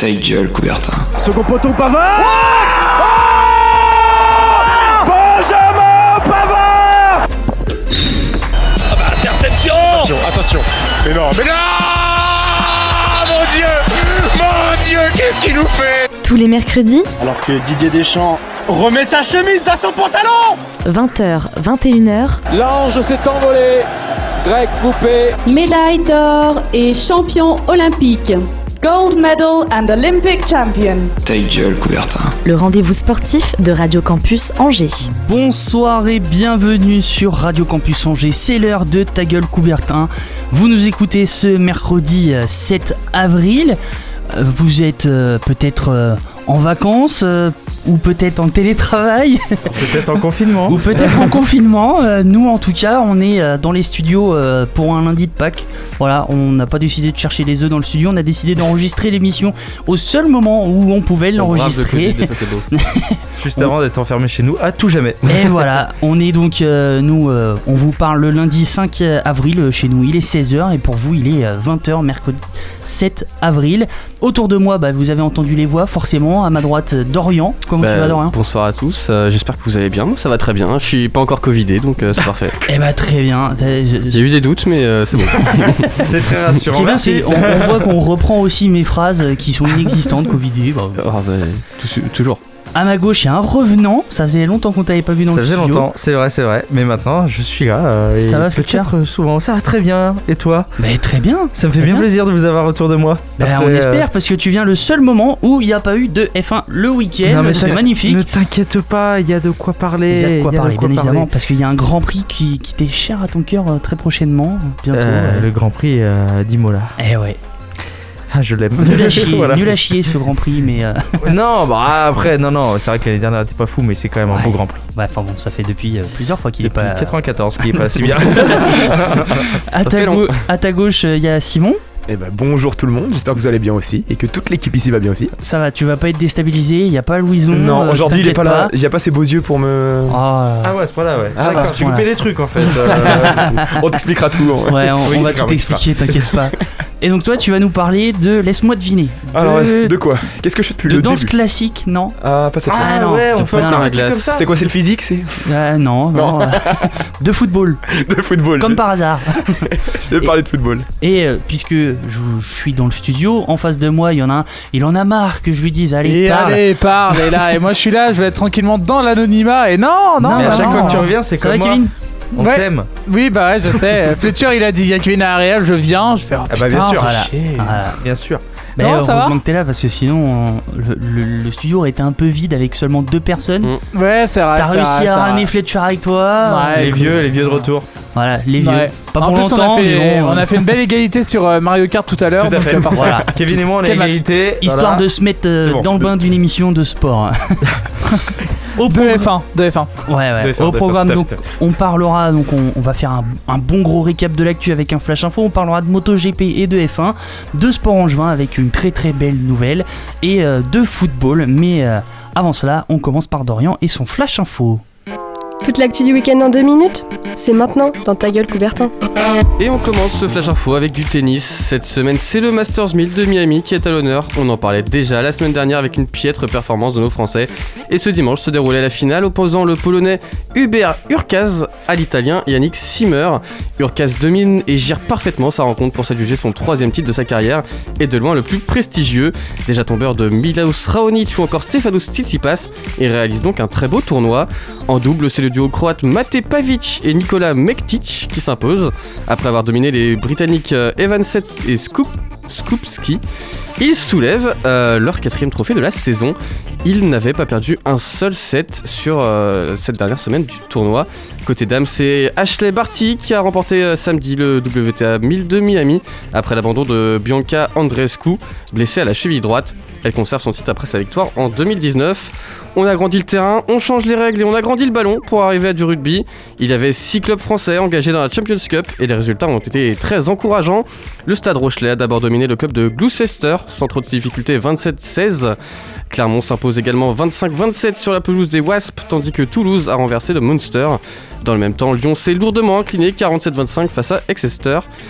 Ta gueule, Coubertin. Second poteau, Pavard. Benjamin Pavard. Ah bah interception. Attention. Mais non. Mon Dieu, qu'est-ce qu'il nous fait? Tous les mercredis, Alors que Didier Deschamps remet sa chemise dans son pantalon. 20h, 21h, L'ange s'est envolé. Greg Coupé. Médaille d'or et champion olympique. Gold medal and Olympic champion. Ta gueule, Coubertin. le rendez-vous sportif de Radio Campus Angers. Bonsoir et bienvenue sur Radio Campus Angers, c'est l'heure de Ta gueule Coubertin. Vous nous écoutez ce mercredi 7 avril, vous êtes peut-être en vacances, ou peut-être en télétravail, peut-être en confinement, ou peut-être en confinement. Nous en tout cas on est dans les studios pour un lundi de Pâques. Voilà, on n'a pas décidé de chercher les œufs dans le studio, on a décidé d'enregistrer l'émission au seul moment où on pouvait l'enregistrer. Covid, ça, c'est beau. Juste avant d'être enfermé chez nous à tout jamais. Et voilà, on est donc on vous parle le lundi 5 avril chez nous, il est 16h et pour vous il est 20h mercredi 7 avril. Autour de moi, vous avez entendu les voix forcément, à ma droite Dorian. Comment tu vas, Dorian ? Bonsoir à tous, j'espère que vous allez bien. Moi ça va très bien, je suis pas encore covidé donc c'est parfait. Eh très bien. J'ai eu des doutes mais c'est bon. C'est très rassurant. Ce qui est bien, c'est on voit qu'on reprend aussi mes phrases qui sont inexistantes, covidé. Toujours. À ma gauche, il y a un revenant. Ça faisait longtemps qu'on t'avait pas vu dans le studio. Ça faisait longtemps, c'est vrai. Mais maintenant, je suis là. Ça va, peut-être souvent. Ça va très bien. Et toi ? Très bien. Ça me fait bien plaisir de vous avoir autour de moi. On espère, parce que tu viens le seul moment où il n'y a pas eu de F1 le week-end. C'est magnifique. Ne t'inquiète pas, il y a de quoi parler. Il y a de quoi parler, bien évidemment. Parce qu'il y a un Grand Prix qui t'est cher à ton cœur très prochainement. Bientôt. Le Grand Prix d'Imola. Eh ouais. Ah, je l'aime. Nul à chier ce Grand Prix, mais. Non, après, non, c'est vrai que l'année dernière t'es pas fou, mais c'est quand même un beau Grand Prix. Enfin bon, ça fait depuis plusieurs fois qu'il est pas. 94, qui est pas si bien. À ta gauche, il y a Simon. Bonjour tout le monde, j'espère que vous allez bien aussi et que toute l'équipe ici va bien aussi. Ça va, tu vas pas être déstabilisé, il y a pas Louison. Non, aujourd'hui il est pas là, il y a pas ses beaux yeux pour me. Ah ouais, c'est pas là, ouais. D'accord, tu coupé des trucs en fait. On t'expliquera tout. Ouais, on va tout expliquer, t'inquiète pas. Et donc toi, tu vas nous parler de Laisse-moi deviner. Alors de quoi ? Qu'est-ce que je fais depuis le début ? De danse classique, non ? Ah, pas cette fois. Ah non, ouais, on fait un truc comme ça. C'est quoi, c'est le physique, c'est ? Non. De football. De football. Comme par hasard. Je vais parler de football. Et puisque je suis dans le studio, en face de moi, il en a marre que je lui dise allez, parle. Et là, et moi je suis là, je vais être tranquillement dans l'anonymat. Et non. Mais à chaque fois que tu reviens, c'est comme moi. Kevin. On t'aime. Oui, je sais. Fletcher, il a dit, il y a Kevin à Ariel, je viens. Je fais, putain, bien sûr. Voilà. Bien sûr. Non, ça va. Heureusement que t'es là parce que sinon le studio aurait été un peu vide avec seulement 2 personnes. Ouais, c'est vrai. T'as réussi à ramener Fletcher avec toi. Ouais, les vieux de retour. Voilà, les vieux. Ouais. Pas pour en plus, longtemps. On a fait une belle égalité sur Mario Kart tout à l'heure. Tout à fait. Voilà. Kevin et moi, on a égalité. Histoire de se mettre dans le bain d'une émission de sport. De F1. Ouais. Au programme, donc on parlera, on va faire un bon gros récap de l'actu avec un flash info. On parlera de MotoGP et de F1, de sport angevin avec une très très belle nouvelle et de football. Mais avant cela, on commence par Dorian et son flash info. Toute l'actu du week-end en 2 minutes, c'est maintenant dans Ta gueule Coubertin. Et on commence ce flash info avec du tennis. Cette semaine, c'est le Masters 1000 de Miami qui est à l'honneur. On en parlait déjà la semaine dernière avec une piètre performance de nos Français. Et ce dimanche se déroulait la finale opposant le Polonais Hubert Hurkacz à l'Italien Yannick Sinner. Hurkacz domine et gère parfaitement sa rencontre pour s'adjuger son 3e titre de sa carrière et de loin le plus prestigieux. Déjà tombeur de Milos Raonic ou encore Stefanos Tsitsipas, il réalise donc un très beau tournoi. En double, c'est le duo croate Mate Pavic et Nikola Mektic qui s'impose. Après avoir dominé les Britanniques Evansett et Skupski, ils soulèvent leur 4e trophée de la saison. Ils n'avaient pas perdu un seul set sur cette dernière semaine du tournoi. Côté dames, c'est Ashley Barty qui a remporté samedi le WTA 1000 de Miami après l'abandon de Bianca Andreescu, blessée à la cheville droite. Elle conserve son titre après sa victoire en 2019. On a grandi le terrain, on change les règles et on a grandi le ballon pour arriver à du rugby. Il y avait 6 clubs français engagés dans la Champions Cup et les résultats ont été très encourageants. Le Stade Rochelet a d'abord dominé le club de Gloucester sans trop de difficultés, 27-16. Clermont s'impose également 25-27 sur la pelouse des Wasps, tandis que Toulouse a renversé le Munster. Dans le même temps, Lyon s'est lourdement incliné 47-25 face à Exeter.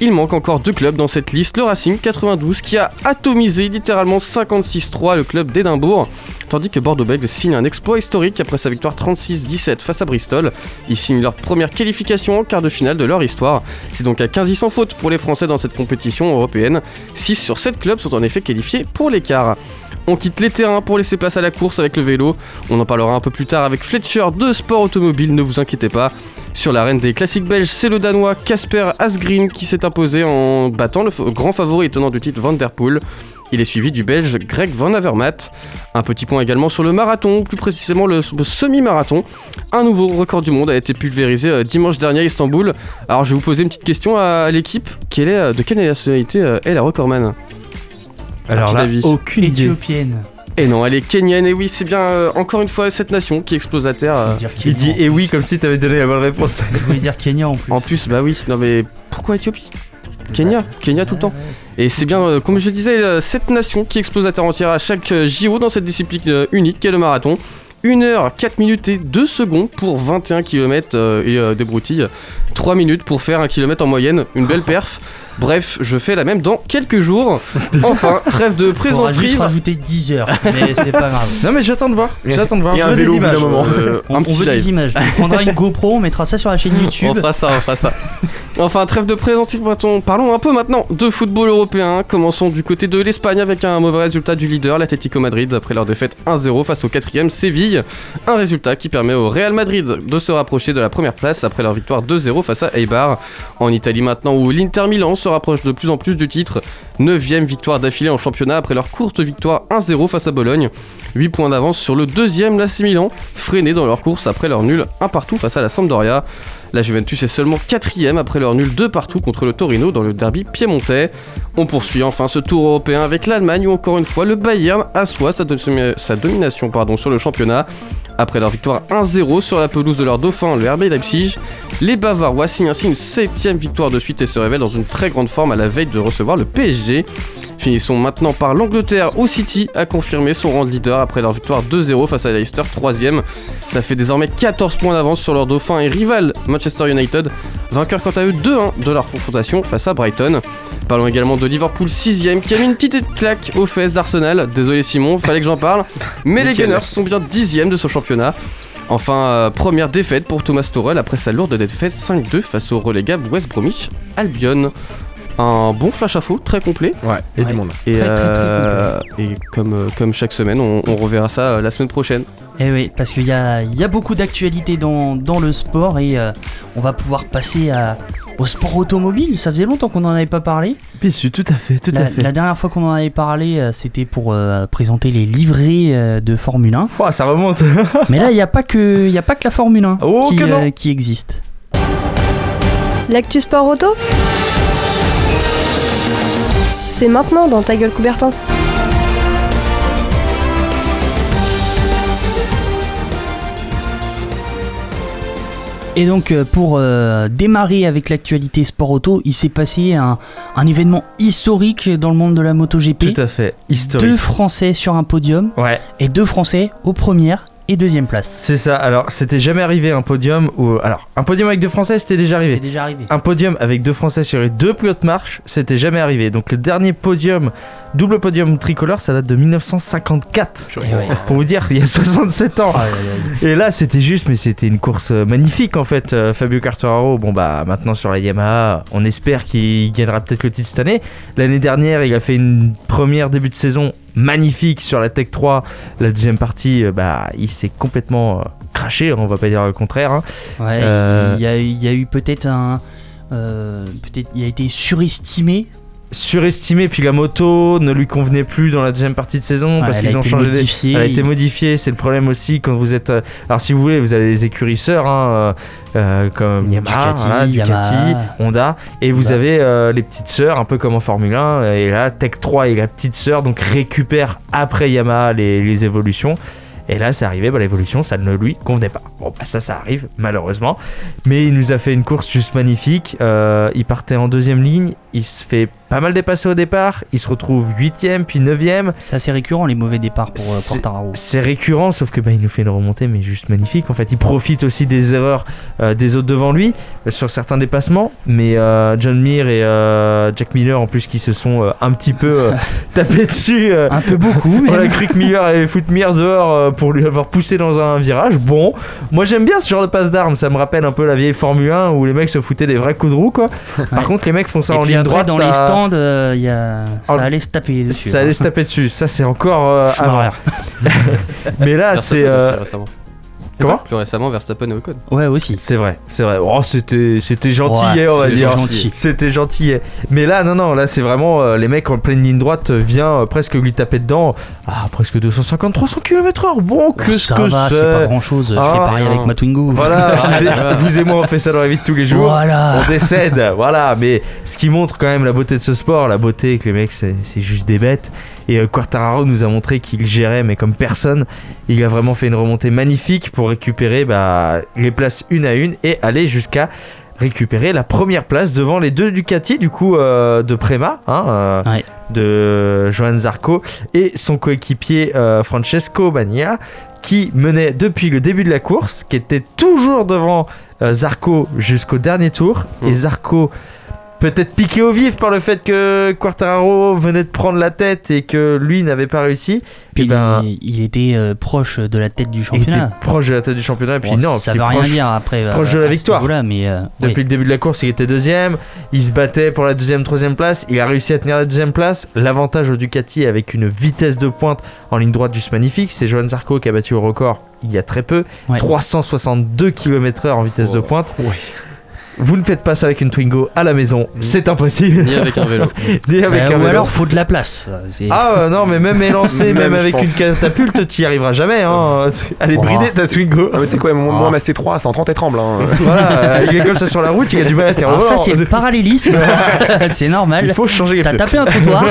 il manque encore 2 clubs dans cette liste. Le Racing 92 qui a atomisé littéralement 56-3 le club d'Édimbourg, tandis que Bordeaux-Bègles signe un exploit historique après sa victoire 36-17 face à Bristol. Ils signent leur première qualification en quart de finale de leur histoire. C'est donc à 15 sans faute pour les Français dans cette compétition européenne. 6 sur 7 clubs sont en effet qualifiés pour l'écart. On quitte les terrains pour laisser place à la course avec le vélo. On en parlera un peu plus tard avec Fletcher de Sport Automobile, ne vous inquiétez pas. Sur l'arène des classiques belges, c'est le Danois Casper Asgreen qui s'est imposé en battant le grand favori et tenant du titre Van Der Poel. Il est suivi du Belge Greg Van Avermaet. Un petit point également sur le marathon, ou plus précisément le semi-marathon. Un nouveau record du monde a été pulvérisé dimanche dernier à Istanbul. Alors je vais vous poser une petite question à l'équipe. De quelle nationalité est la recordman ? Alors là, aucune idée. Éthiopienne. Et non, elle est kenyane, et oui, c'est bien encore une fois cette nation qui explose la terre. Il dit et oui comme si t'avais donné la bonne réponse. Je voulais dire Kenya en plus. En plus, bah oui, non mais pourquoi Éthiopie ? Kenya tout le temps. Et c'est bien, comme je disais, cette nation qui explose la terre entière à chaque JO dans cette discipline unique qu'est le marathon. 1h, 4 minutes et 2 secondes pour 21 km et des broutilles. 3 minutes pour faire 1 km en moyenne, une belle perf. Bref, je fais la même dans quelques jours. Enfin, trêve de Faudra plaisanterie. juste rajouter 10 heures, mais c'est pas grave. Non mais j'attends de voir. Et Je un veux vélo des au bout d'un images. moment. On veut des images. On prendra une GoPro, on mettra ça sur la chaîne YouTube. On fera ça. Enfin, trêve de plaisanterie, parlons un peu maintenant de football européen. Commençons du côté de l'Espagne avec un mauvais résultat du leader, l'Atlético Madrid, après leur défaite 1-0 face au 4e Séville. Un résultat qui permet au Real Madrid de se rapprocher de la première place après leur victoire 2-0 face à Eibar. En Italie maintenant, où l'Inter Milan se rapproche de plus en plus du titre. 9e victoire d'affilée en championnat après leur courte victoire 1-0 face à Bologne. 8 points d'avance sur le 2e l'AC Milan, freiné dans leur course après leur nul 1-1 face à la Sampdoria. La Juventus est seulement 4e après leur nul 2-2 contre le Torino dans le derby piémontais. On poursuit enfin ce tour européen avec l'Allemagne où encore une fois le Bayern assoit sa domination sur le championnat. Après leur victoire 1-0 sur la pelouse de leur dauphin, le RB Leipzig, les Bavarois signent ainsi une 7e victoire de suite et se révèlent dans une très grande forme à la veille de recevoir le PSG. Finissons maintenant par l'Angleterre où City a confirmé son rang de leader après leur victoire 2-0 face à Leicester 3e. Ça fait désormais 14 points d'avance sur leur dauphin et rival Manchester United, vainqueur quant à eux 2-1 de leur confrontation face à Brighton. Parlons également de Liverpool 6e qui a mis une petite claque aux fesses d'Arsenal. Désolé Simon, fallait que j'en parle. Mais les Gunners sont bien 10e de ce championnat. Enfin, première défaite pour Thomas Tuchel après sa lourde défaite 5-2 face au relégable West Bromwich Albion. Un bon flash info très complet. Ouais, et du monde. Et, très et comme chaque semaine, on reverra ça la semaine prochaine. Eh oui, parce qu'il y a beaucoup d'actualités dans le sport et on va pouvoir passer au sport automobile. Ça faisait longtemps qu'on n'en avait pas parlé. Bien sûr, tout à fait. La dernière fois qu'on en avait parlé, c'était pour présenter les livrets de Formule 1. Oh, ça remonte. Mais là, il n'y a pas que la Formule 1 qui existe. L'actu sport auto ? C'est maintenant dans Ta Gueule Coubertin. Et donc pour démarrer avec l'actualité sport auto, il s'est passé un événement historique dans le monde de la MotoGP. Tout à fait, historique. 2 Français sur un podium et 2 Français aux premières et deuxième place. C'est ça, alors c'était jamais arrivé un podium où... Alors, un podium avec 2 Français, c'était déjà arrivé. Un podium avec 2 Français sur les 2 plus hautes marches, c'était jamais arrivé. Donc le dernier podium, double podium tricolore, ça date de 1954. Pour vous dire, il y a 67 ans. Et là, c'était juste, mais c'était une course magnifique en fait. Fabio Quartararo, bon bah maintenant sur la Yamaha, on espère qu'il gagnera peut-être le titre cette année. L'année dernière, il a fait une première début de saison magnifique sur la Tech 3. La deuxième partie, il s'est complètement craché, on va pas dire le contraire. Hein. Ouais, il y a eu peut-être il a été surestimé, puis la moto ne lui convenait plus dans la deuxième partie de saison parce qu'ils ont changé. Elle a été modifiée, c'est le problème aussi quand vous êtes. Alors si vous voulez, vous avez les écuries sœurs comme Yamaha, Ducati, Honda, et vous avez les petites sœurs un peu comme en Formule 1. Et là, Tech 3 est la petite sœur, donc récupère après Yamaha les évolutions. Et là, c'est arrivé, l'évolution, ça ne lui convenait pas. Bon, ça arrive, malheureusement. Mais il nous a fait une course juste magnifique. Il partait en deuxième ligne. Il se fait pas mal dépassé au départ, il se retrouve 8ème puis 9ème. C'est assez récurrent les mauvais départs pour Quartararo. C'est récurrent, sauf que il nous fait une remontée mais juste magnifique. En fait, il profite aussi des erreurs des autres devant lui sur certains dépassements, mais John Mir et Jack Miller en plus qui se sont un petit peu tapés dessus. Un peu beaucoup. On a cru que Miller allait foutre Mir dehors pour lui avoir poussé dans un virage. Bon, moi j'aime bien ce genre de passe d'armes, ça me rappelle un peu la vieille Formule 1 où les mecs se foutaient des vrais coups de roue quoi. Par contre les mecs font ça en ligne droite. Dans les stands, ça allait se taper dessus. Ça allait se taper dessus, ça c'est encore avant. Mais là c'est... Comment ? Plus récemment, Verstappen et Ocon. Ouais, aussi. C'est vrai. Oh, c'était gentil, on va dire. C'était gentil. Mais là, non, là, c'est vraiment les mecs en pleine ligne droite viennent presque lui taper dedans. Ah, presque 250-300 km/h. Bon, ça va, c'est pas grand chose. Je fais pareil avec ma Twingo. Voilà, vous et moi, on fait ça dans la vie de tous les jours. Voilà. On décède, voilà. Mais ce qui montre quand même la beauté de ce sport, la beauté que les mecs, c'est juste des bêtes. Et Quartararo nous a montré qu'il gérait, mais comme personne. Il a vraiment fait une remontée magnifique pour récupérer les places une à une et aller jusqu'à récupérer la première place devant les deux Ducati du coup de Prema, de Johann Zarco et son coéquipier Francesco Bagnaia qui menait depuis le début de la course, qui était toujours devant Zarco jusqu'au dernier tour. Et Zarco, peut-être piqué au vif par le fait que Quartararo venait de prendre la tête et que lui n'avait pas réussi. Puis il était proche de la tête du championnat. Il était proche de la tête du championnat. Puis ça veut rien dire après. Proche de la victoire. Mais depuis le début de la course, il était deuxième. Il se battait pour la deuxième, troisième place. Il a réussi à tenir la deuxième place. L'avantage au Ducati avec une vitesse de pointe en ligne droite juste magnifique. C'est Johann Zarco qui a battu au record il y a très peu. 362 km/h en vitesse de pointe. Vous ne faites pas ça avec une Twingo à la maison, c'est impossible. Ni avec un vélo. Ou alors faut de la place. Non, mais même élancé, même avec une catapulte, t'y arriveras jamais. Hein. Elle est bridée ta Twingo. Tu sais quoi, moi ma C3, c'est en 30 et tremble. Voilà, il est comme ça sur la route, il a du mal à tenir. Ça c'est le parallélisme, c'est normal. Il faut changer les pneus. T'as tapé un trottoir.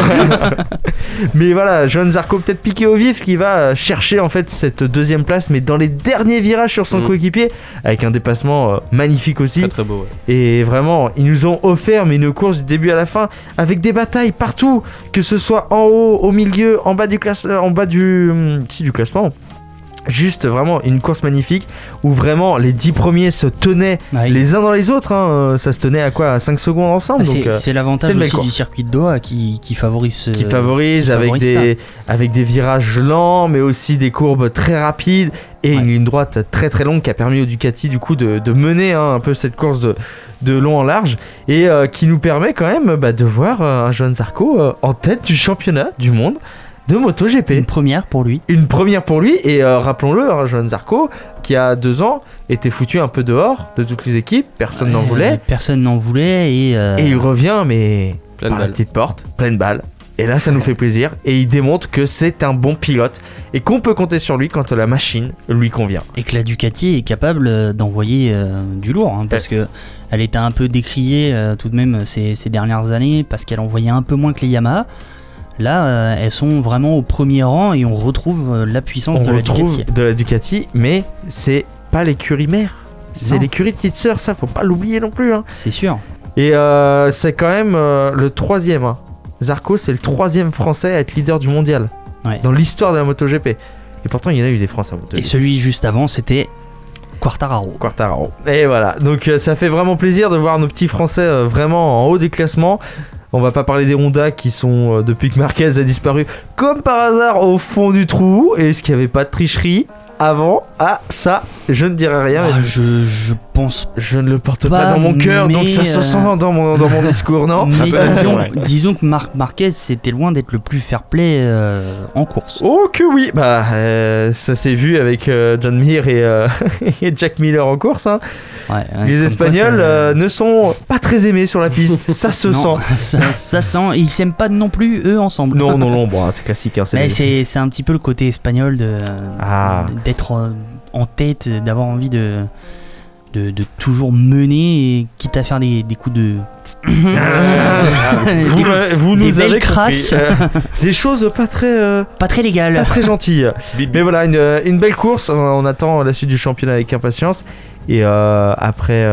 Mais voilà, Johann Zarco peut-être piqué au vif qui va chercher en fait cette deuxième place, mais dans les derniers virages sur son coéquipier, avec un dépassement magnifique aussi. Très très beau. Et vraiment, ils nous ont offert une course du début à la fin avec des batailles partout, que ce soit en haut, au milieu, en bas du classement. Juste vraiment une course magnifique où vraiment les 10 premiers se tenaient les uns dans les autres. Ça se tenait à quoi ? À 5 secondes ensemble. C'est l'avantage aussi du circuit de Doha qui favorise. Qui favorise avec des virages lents, mais aussi des courbes très rapides et une ligne droite très très longue qui a permis au Ducati du coup de mener un peu cette course de long en large et qui nous permet quand même de voir un Johann Zarco en tête du championnat du monde de MotoGP. Une première pour lui. Et rappelons-le, Johann Zarco qui a 2 ans était foutu un peu dehors de toutes les équipes, personne n'en voulait. Et il revient mais par la petite porte, pleine balle. Et là ça nous fait plaisir et il démontre que c'est un bon pilote et qu'on peut compter sur lui quand la machine lui convient. Et que la Ducati est capable d'envoyer du lourd parce que elle était un peu décriée tout de même ces dernières années parce qu'elle envoyait un peu moins que les Yamaha. Là, elles sont vraiment au premier rang et on retrouve la puissance de la Ducati. Mais c'est pas l'écurie mère, c'est l'écurie petite sœur, ça faut pas l'oublier non plus. C'est sûr. Et c'est quand même le 3e. Zarco, c'est le 3e français à être leader du mondial dans l'histoire de la MotoGP. Et pourtant, il y en a eu des Français à MotoGP. Et celui juste avant, c'était Quartararo. Et voilà, donc ça fait vraiment plaisir de voir nos petits Français vraiment en haut du classement. On va pas parler des Honda qui sont, depuis que Marquez a disparu, comme par hasard au fond du trou. Et est-ce qu'il n'y avait pas de tricherie avant ? Ah, ça, je ne dirai rien. Je pense. Je ne le porte pas dans mon cœur, donc ça se sent dans mon discours, non ? Mais disons que Marquez, c'était loin d'être le plus fair-play en course. Oh que oui. Ça s'est vu avec John Mir et Jack Miller en course. Les Espagnols ne sont pas très aimés sur la piste, ça se sent. Ça sent, et ils s'aiment pas non plus eux ensemble. Non, bon, c'est classique. Mais c'est un petit peu le côté espagnol d'être en tête, d'avoir envie de toujours mener, et quitte à faire des coups de... vous nous avez crasses. Des choses pas très légales. Pas très gentilles. Mais voilà, une belle course. On attend la suite du championnat avec impatience. Et après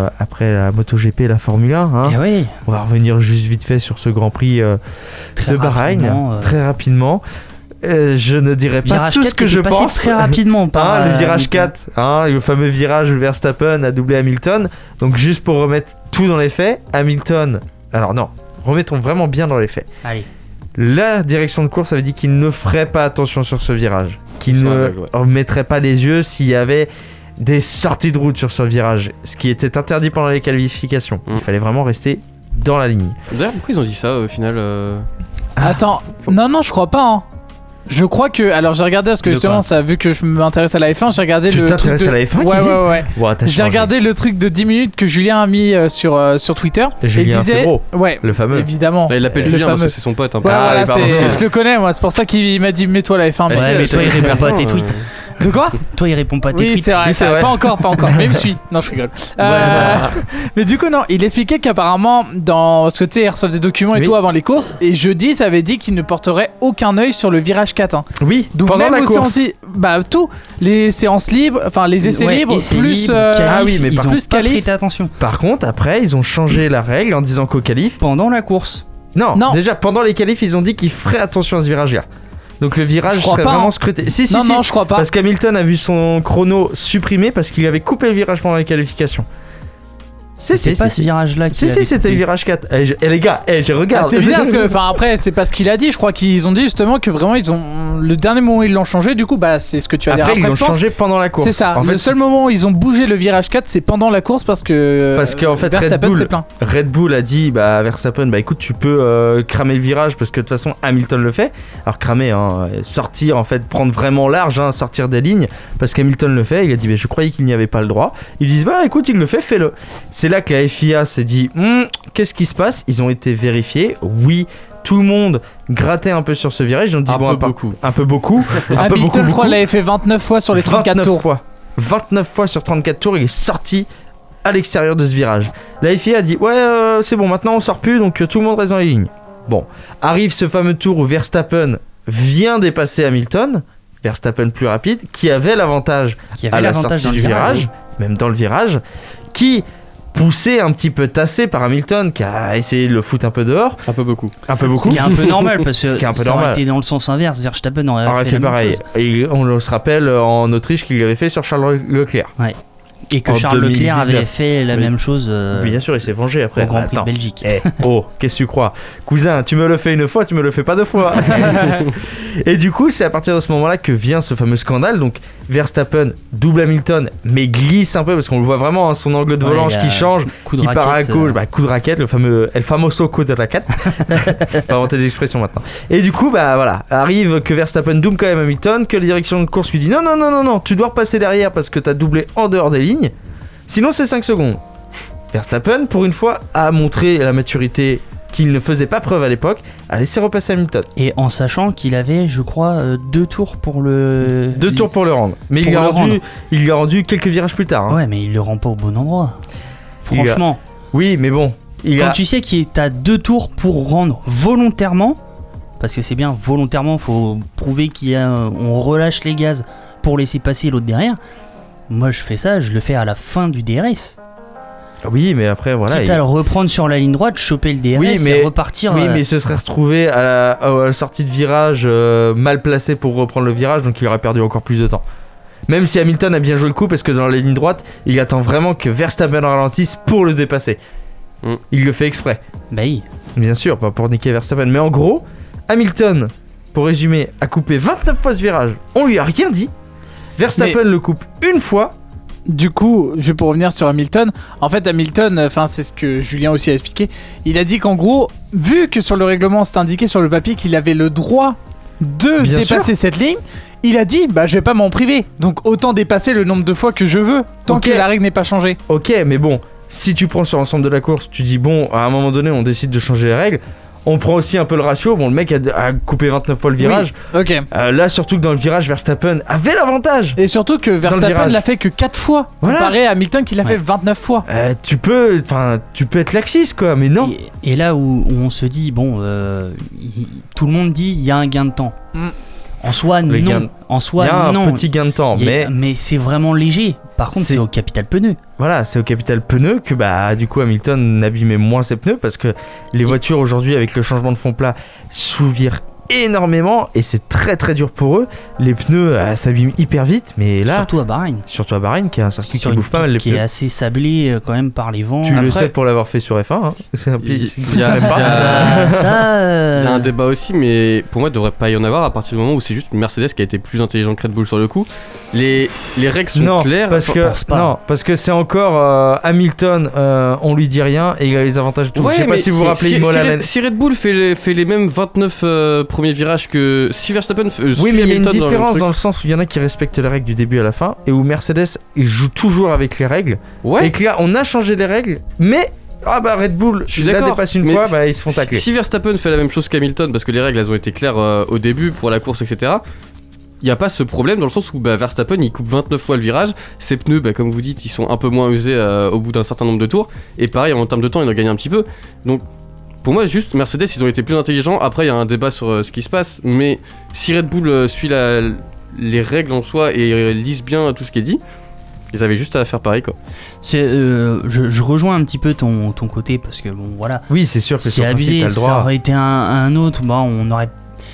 la MotoGP et la Formule 1, hein, oui. On va revenir juste vite fait sur ce Grand Prix de Bahreïn, très rapidement. Je ne dirais pas virage tout ce que je pense. Très rapidement par le virage 4, le fameux virage où Verstappen a doublé Hamilton. Donc juste pour remettre tout dans les faits, Hamilton... Alors non, remettons vraiment bien dans les faits. Allez. La direction de course avait dit qu'il ne ferait pas attention sur ce virage, qu'il ne mettrait pas les yeux s'il y avait des sorties de route sur ce virage, ce qui était interdit pendant les qualifications. Il fallait vraiment rester dans la ligne. D'ailleurs, pourquoi ils ont dit ça au final Attends, non, je crois pas. Hein. Je crois que. Alors j'ai regardé parce que justement, ça, vu que je m'intéresse à la F1, j'ai regardé tu t'intéresses à la F1 Ouais. J'ai regardé le truc de 10 minutes que Julien a mis sur Twitter. Julien disait, Febro, le fameux. Évidemment. Il l'appelle Julien parce que c'est son pote. Je le connais, moi. C'est pour ça qu'il m'a dit mets-toi la F1. Mais toi, il répond pas à tes tweets. De quoi ? Toi, il répond pas à tes tweets. Oui, c'est vrai. Pas encore. Mais il me suit. Non, je rigole. Mais du coup, non. Il expliquait qu'apparemment, parce que tu sais, ils reçoivent des documents et tout avant les courses. Et jeudi, ça avait dit qu'il ne porterait aucun œil sur le virage 4. Hein. Oui, donc pendant même la course. Aussi, tout. Les séances libres, enfin les essais libres, plus. Mais ils ont pas prêté attention. Par contre, après, ils ont changé la règle en disant qu'au qualif. Pendant la course. Non, déjà, pendant les qualifs, ils ont dit qu'ils feraient attention à ce virage-là. Donc le virage serait vraiment scruté. Si. Non, je crois pas. Parce qu'Hamilton a vu son chrono supprimé parce qu'il avait coupé le virage pendant les qualifications. C'est pas ce virage-là qui c'était le virage 4. Les gars, je regarde. C'est bien parce que, après, c'est pas ce qu'il a dit. Je crois qu'ils ont dit justement que vraiment, le dernier moment où ils l'ont changé, du coup, c'est ce que tu as dit. Après, ils l'ont changé pendant la course. C'est ça. Le seul moment où ils ont bougé le virage 4, c'est pendant la course parce qu'en fait, Red Bull a dit à Verstappen, écoute, tu peux cramer le virage parce que de toute façon, Hamilton le fait. Alors, cramer, sortir, en fait, prendre vraiment large, sortir des lignes parce qu'Hamilton le fait. Il a dit, je croyais qu'il n'y avait pas le droit. Ils disent, écoute, il le fait, fais-le. C'est là que la FIA s'est dit qu'est-ce qui se passe. Ils ont été vérifiés. Oui, tout le monde grattait un peu sur ce virage. Ils ont dit un peu beaucoup. Hamilton, je crois, l'avait fait 29 fois sur les 34 tours. 29 fois sur 34 tours, il est sorti à l'extérieur de ce virage. La FIA a dit c'est bon, maintenant on sort plus, donc tout le monde reste dans les lignes. Bon, arrive ce fameux tour où Verstappen vient dépasser Hamilton. Verstappen plus rapide, qui avait l'avantage à la sortie du virage, même dans le virage, qui poussé un petit peu tassé par Hamilton qui a essayé de le foutre un peu dehors. Un peu beaucoup. Ce qui est un peu normal parce que ça aurait été dans le sens inverse. Verstappen aurait fait pareil. Et on se rappelle en Autriche qu'il avait fait sur Charles Leclerc. Ouais. Et que Charles Leclerc avait fait la même chose. Bien sûr, il s'est vengé après. Au Grand Prix de Belgique. Qu'est-ce que tu crois ? Cousin, tu me le fais une fois, tu me le fais pas deux fois. Et du coup, c'est à partir de ce moment-là que vient ce fameux scandale. Donc, Verstappen double Hamilton, mais glisse un peu parce qu'on le voit vraiment, son angle de volant qui change, qui part à gauche, coup de raquette, le fameux El Famoso coup de raquette. Pas inventer des expressions maintenant. Et du coup, arrive que Verstappen double quand même Hamilton, que la direction de course lui dit non, tu dois repasser derrière parce que t'as doublé en dehors des lignes. Sinon, c'est 5 secondes. Verstappen, pour une fois, a montré la maturité qu'il ne faisait pas preuve à l'époque, a laissé repasser Hamilton. Et en sachant qu'il avait, je crois, 2 tours pour le... 2 tours pour le rendre. Mais il lui a rendu quelques virages plus tard. Ouais, mais il le rend pas au bon endroit. Franchement. Oui, mais bon. Tu sais qu'il t'as 2 tours pour rendre volontairement, parce que c'est bien, volontairement, faut prouver on relâche les gaz pour laisser passer l'autre derrière. Moi, je fais ça, je le fais à la fin du DRS. Oui, mais après, voilà. Quitte à le reprendre sur la ligne droite, choper le DRS et repartir. Oui, mais il se serait retrouvé à la sortie de virage mal placé pour reprendre le virage, donc il aurait perdu encore plus de temps. Même si Hamilton a bien joué le coup, parce que dans la ligne droite, il attend vraiment que Verstappen ralentisse pour le dépasser. Il le fait exprès. Bah oui. Bien sûr, pas pour niquer Verstappen. Mais en gros, Hamilton, pour résumer, a coupé 29 fois ce virage. On lui a rien dit. Verstappen le coupe une fois. Du coup, pour revenir sur Hamilton, en fait Hamilton, c'est ce que Julien aussi a expliqué, il a dit qu'en gros, vu que sur le règlement c'est indiqué sur le papier qu'il avait le droit de dépasser cette ligne, il a dit je vais pas m'en priver, donc autant dépasser le nombre de fois que je veux, tant que la règle n'est pas changée. Ok, mais bon, si tu prends sur l'ensemble de la course, tu dis à un moment donné on décide de changer les règles, on prend aussi un peu le ratio. Bon, le mec a coupé 29 fois le virage. Oui, ok. Là, surtout que dans le virage, Verstappen avait l'avantage. Et surtout que Verstappen l'a fait que 4 fois. Comparé à Hamilton qui l'a fait 29 fois. Tu peux être laxiste, quoi, mais non. Et là où on se dit, tout le monde dit il y a un gain de temps. En soi, non. Il y a un petit gain de temps, mais c'est vraiment léger. Par contre, c'est au capital pneu. Voilà, c'est au capital pneu que du coup Hamilton n'abîmait moins ses pneus parce que les voitures aujourd'hui avec le changement de fond plat s'ouvirent énormément et c'est très très dur pour eux. Les pneus s'abîment hyper vite, mais là surtout à Bahreïn qui est un circuit qui bouffe pas mal les pneus, qui est assez sablé quand même par les vents. Tu le sais pour l'avoir fait sur F1 hein. C'est un pays il y a un débat aussi, mais pour moi il devrait pas y en avoir à partir du moment où c'est juste Mercedes qui a été plus intelligent que Red Bull sur le coup. Les règles sont claires. Parce que c'est encore Hamilton, on lui dit rien et il a les avantages de tout. Je sais pas si vous vous rappelez Imola. Si Red Bull fait les mêmes 29 premiers virages que si Verstappen oui, mais il y a une différence dans le sens où il y en a qui respectent les règles du début à la fin et où Mercedes il joue toujours avec les règles. Et que là on a changé les règles, mais Red Bull, il la dépasse une fois, ils se font tacler. Si Verstappen fait la même chose qu'Hamilton, parce que les règles elles ont été claires au début pour la course, etc., il n'y a pas ce problème dans le sens où Verstappen il coupe 29 fois le virage, ses pneus, comme vous dites, ils sont un peu moins usés au bout d'un certain nombre de tours, et pareil en termes de temps, il en gagne un petit peu. Donc pour moi, juste Mercedes, ils ont été plus intelligents. Après, il y a un débat sur ce qui se passe, mais si Red Bull suit les règles en soi et lise bien tout ce qui est dit, ils avaient juste à faire pareil quoi. Je rejoins un petit peu ton côté parce que bon voilà. Oui, c'est sûr que c'est abusé. Ça aurait été un autre, on aurait.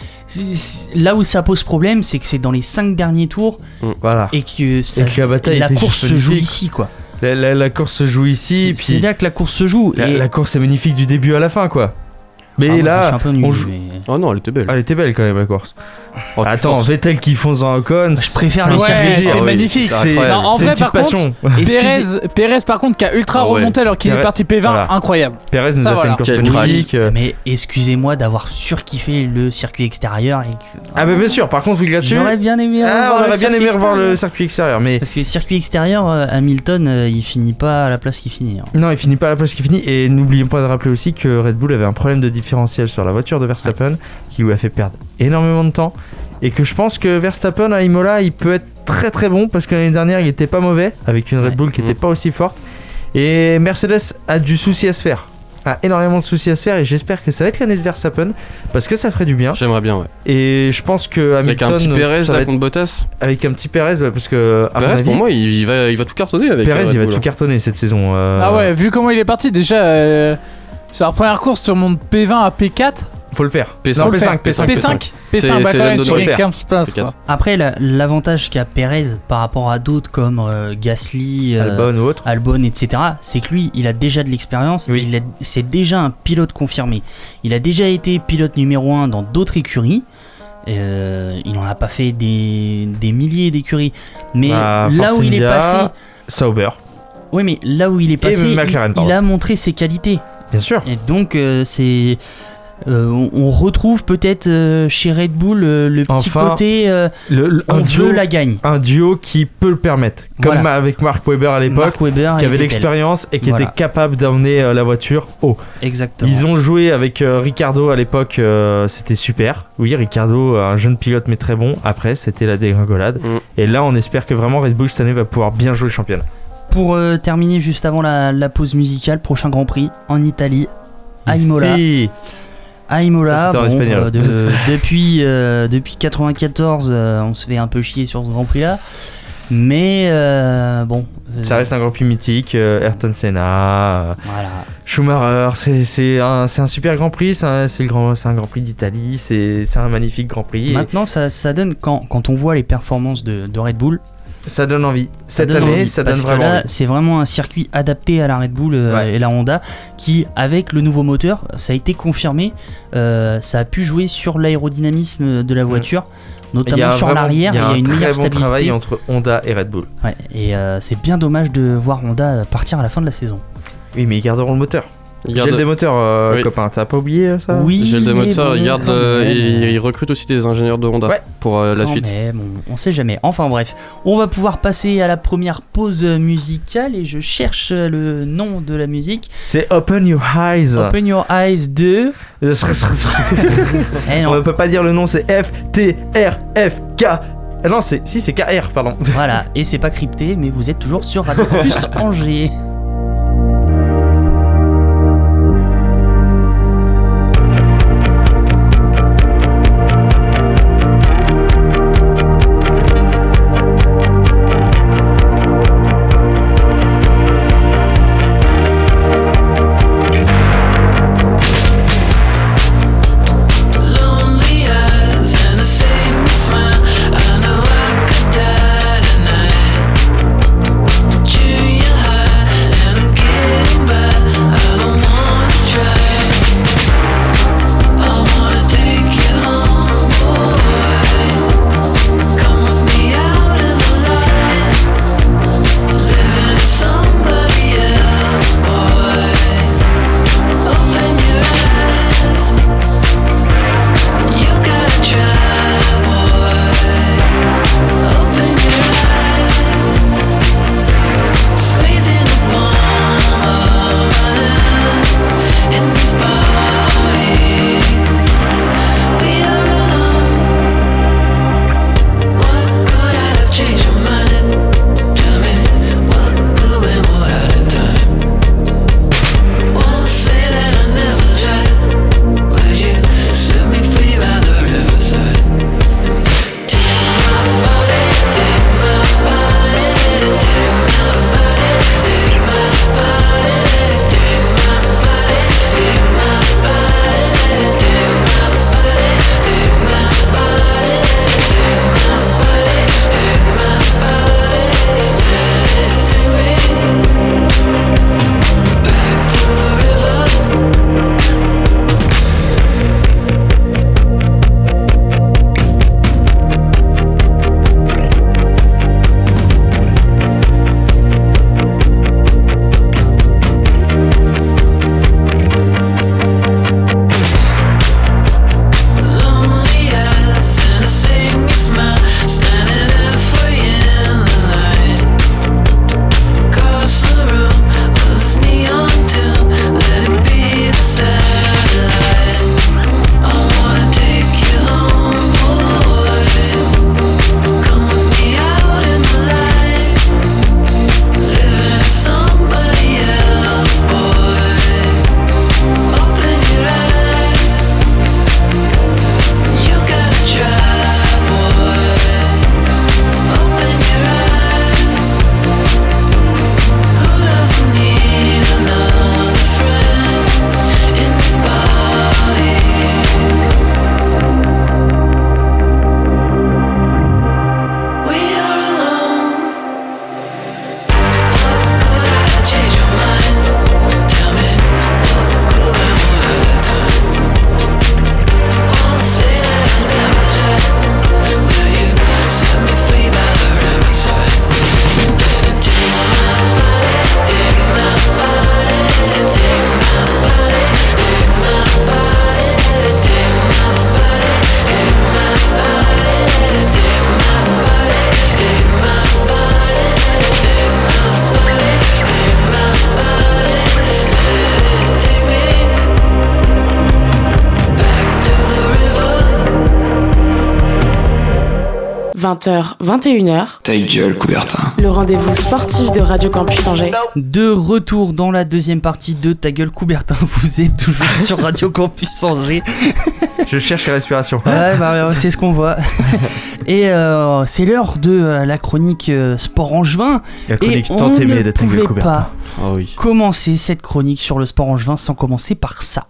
Là où ça pose problème, c'est que c'est dans les 5 derniers tours et que la course se joue ici quoi. La course se joue ici. C'est là que la course se joue. La course est magnifique du début à la fin quoi. Mais là, je suis un peu nul, on joue. Oh non, elle était belle. Elle était belle quand même la course. Attends, Vettel qui fonce dans Ocon. Je préfère les circuits. C'est magnifique. En vrai, par contre, Pérez, par contre, qui a ultra remonté alors qu'il est parti P20, incroyable. Pérez nous a fait une course magnifique. Mais excusez-moi d'avoir surkiffé le circuit extérieur. Ah, mais bien sûr, par contre, oui, là-dessus. J'aurais bien aimé revoir le circuit extérieur. Parce que le circuit extérieur, Hamilton, il finit pas à la place qu'il finit. Non, il finit pas à la place qu'il finit. Et n'oublions pas de rappeler aussi que Red Bull avait un problème de différentiel sur la voiture de Verstappen qui lui a fait perdre énormément de temps. Et que je pense que Verstappen à Imola il peut être très très bon parce que l'année dernière il était pas mauvais avec une Red Bull qui était pas aussi forte et Mercedes a du souci à se faire, a énormément de soucis à se faire et j'espère que ça va être l'année de Verstappen parce que ça ferait du bien. J'aimerais bien et je pense que Hamilton, avec un petit Pérez là contre Bottas, avec un petit Pérez parce que à Pérez, mon avis, pour moi il va tout cartonner avec Pérez il va tout cartonner cette saison. Ah ouais, vu comment il est parti déjà sur la première course tu remontes P20 à P4. Faut le faire. P5, bah quand même, tu gagnes 15 places quoi. Après, l'avantage qu'a Pérez par rapport à d'autres comme Gasly, Albon, etc., c'est que lui, il a déjà de l'expérience, c'est déjà un pilote confirmé. Il a déjà été pilote numéro 1 dans d'autres écuries. Il n'en a pas fait des milliers d'écuries. Mais là où il est passé. Sauber. Oui, mais là où il est passé, il a montré ses qualités. Bien sûr. Et donc, c'est. On retrouve peut-être chez Red Bull le petit côté on veut la gagne. Un duo qui peut le permettre, comme avec Mark Webber à l'époque, qui avait l'expérience et qui était capable d'emmener la voiture haut. Exactement. Ils ont joué avec Ricciardo à l'époque, c'était super. Oui, Ricciardo, un jeune pilote mais très bon. Après, c'était la dégringolade. Et là, on espère que vraiment Red Bull cette année va pouvoir bien jouer le championnat. Pour terminer juste avant la pause musicale, prochain Grand Prix en Italie, à Imola. À Imola, depuis 94, on se fait un peu chier sur ce Grand Prix là, mais bon. Ça reste un Grand Prix mythique, Ayrton Senna, Schumacher, c'est un super Grand Prix, c'est un Grand Prix d'Italie, c'est un magnifique Grand Prix. Maintenant, ça donne quand on voit les performances de Red Bull. Ça donne envie. Cette année, ça donne vraiment envie. C'est vraiment un circuit adapté à la Red Bull et la Honda qui, avec le nouveau moteur, ça a été confirmé, ça a pu jouer sur l'aérodynamisme de la voiture, notamment sur l'arrière. Il y a une meilleure stabilité. Il y a un très bon travail entre Honda et Red Bull. Ouais, et c'est bien dommage de voir Honda partir à la fin de la saison. Oui, mais ils garderont le moteur. Gel des moteurs, copain, t'as pas oublié ça? Oui, Gel des moteurs, il recrute aussi des ingénieurs de Honda pour la suite. On sait jamais. Enfin bref, on va pouvoir passer à la première pause musicale et je cherche le nom de la musique. C'est Open Your Eyes. Open Your Eyes 2. On ne peut pas dire le nom, c'est F-T-R-F-K. Non, c'est KR, pardon. Voilà, et c'est pas crypté, mais vous êtes toujours sur Radio Campus Angers. 20h, 21h. Ta gueule, Coubertin. Le rendez-vous sportif de Radio Campus Angers. De retour dans la deuxième partie de Ta gueule, Coubertin. Vous êtes toujours sur Radio Campus Angers. Je cherche la respiration. Ouais, bah, c'est ce qu'on voit. Et c'est l'heure de la chronique Sport Angevin. La chronique tant aimée de Ta gueule, Coubertin. Oh oui. Commencer cette chronique sur le Sport Angevin sans commencer par ça.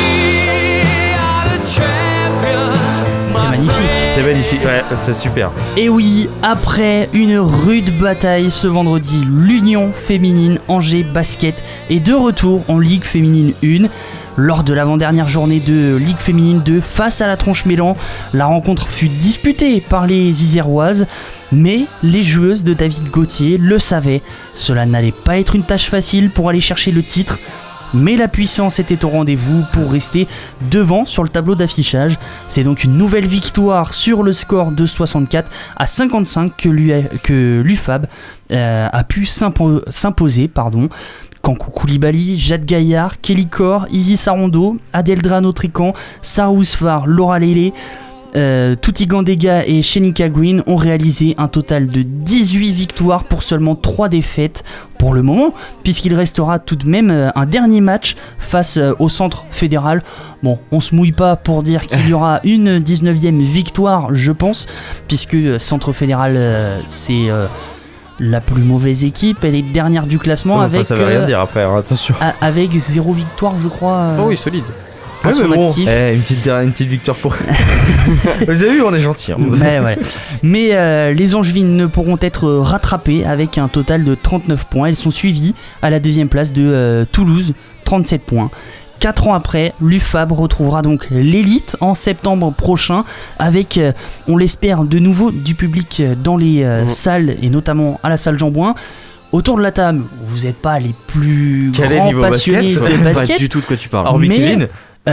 C'est magnifique. C'est magnifique, ouais, c'est super. Et oui, après une rude bataille ce vendredi, l'Union féminine Angers Basket est de retour en Ligue féminine 1. Lors de l'avant-dernière journée de Ligue féminine 2 face à la Tronche-Mélan, la rencontre fut disputée par les Iséroises, mais les joueuses de David Gauthier le savaient. Cela n'allait pas être une tâche facile pour aller chercher le titre. Mais la puissance était au rendez-vous pour rester devant sur le tableau d'affichage. C'est donc une nouvelle victoire sur le score de 64 à 55 que l'UFAB a pu s'imposer. Kankou Koulibaly, Jade Gaillard, Kelly Corr, Izzy Sarondo, Adèle Drano-Trican, Sarah Ousfar, Laura Lele, Tuti Gandega et Shenika Green ont réalisé un total de 18 victoires pour seulement 3 défaites pour le moment, puisqu'il restera tout de même un dernier match face au Centre Fédéral. Bon, on se mouille pas pour dire qu'il y aura une 19e victoire, je pense, puisque Centre Fédéral c'est la plus mauvaise équipe, elle est dernière du classement avec ça veut rien dire après, attention. Avec 0 victoire, je crois. Oh oui, solide. À son actif. Une petite victoire pour. Vous avez vu, on est gentil. Hein. Mais les Angevines ne pourront être rattrapées avec un total de 39 points. Elles sont suivies à la deuxième place de Toulouse, 37 points. 4 ans après, l'UFAB retrouvera donc l'élite en septembre prochain avec, on l'espère, de nouveau du public dans les salles et notamment à la salle Jean-Bouin. Autour de la table, vous n'êtes pas les plus grands passionnés de basket. Pas du tout de quoi tu parles. Mais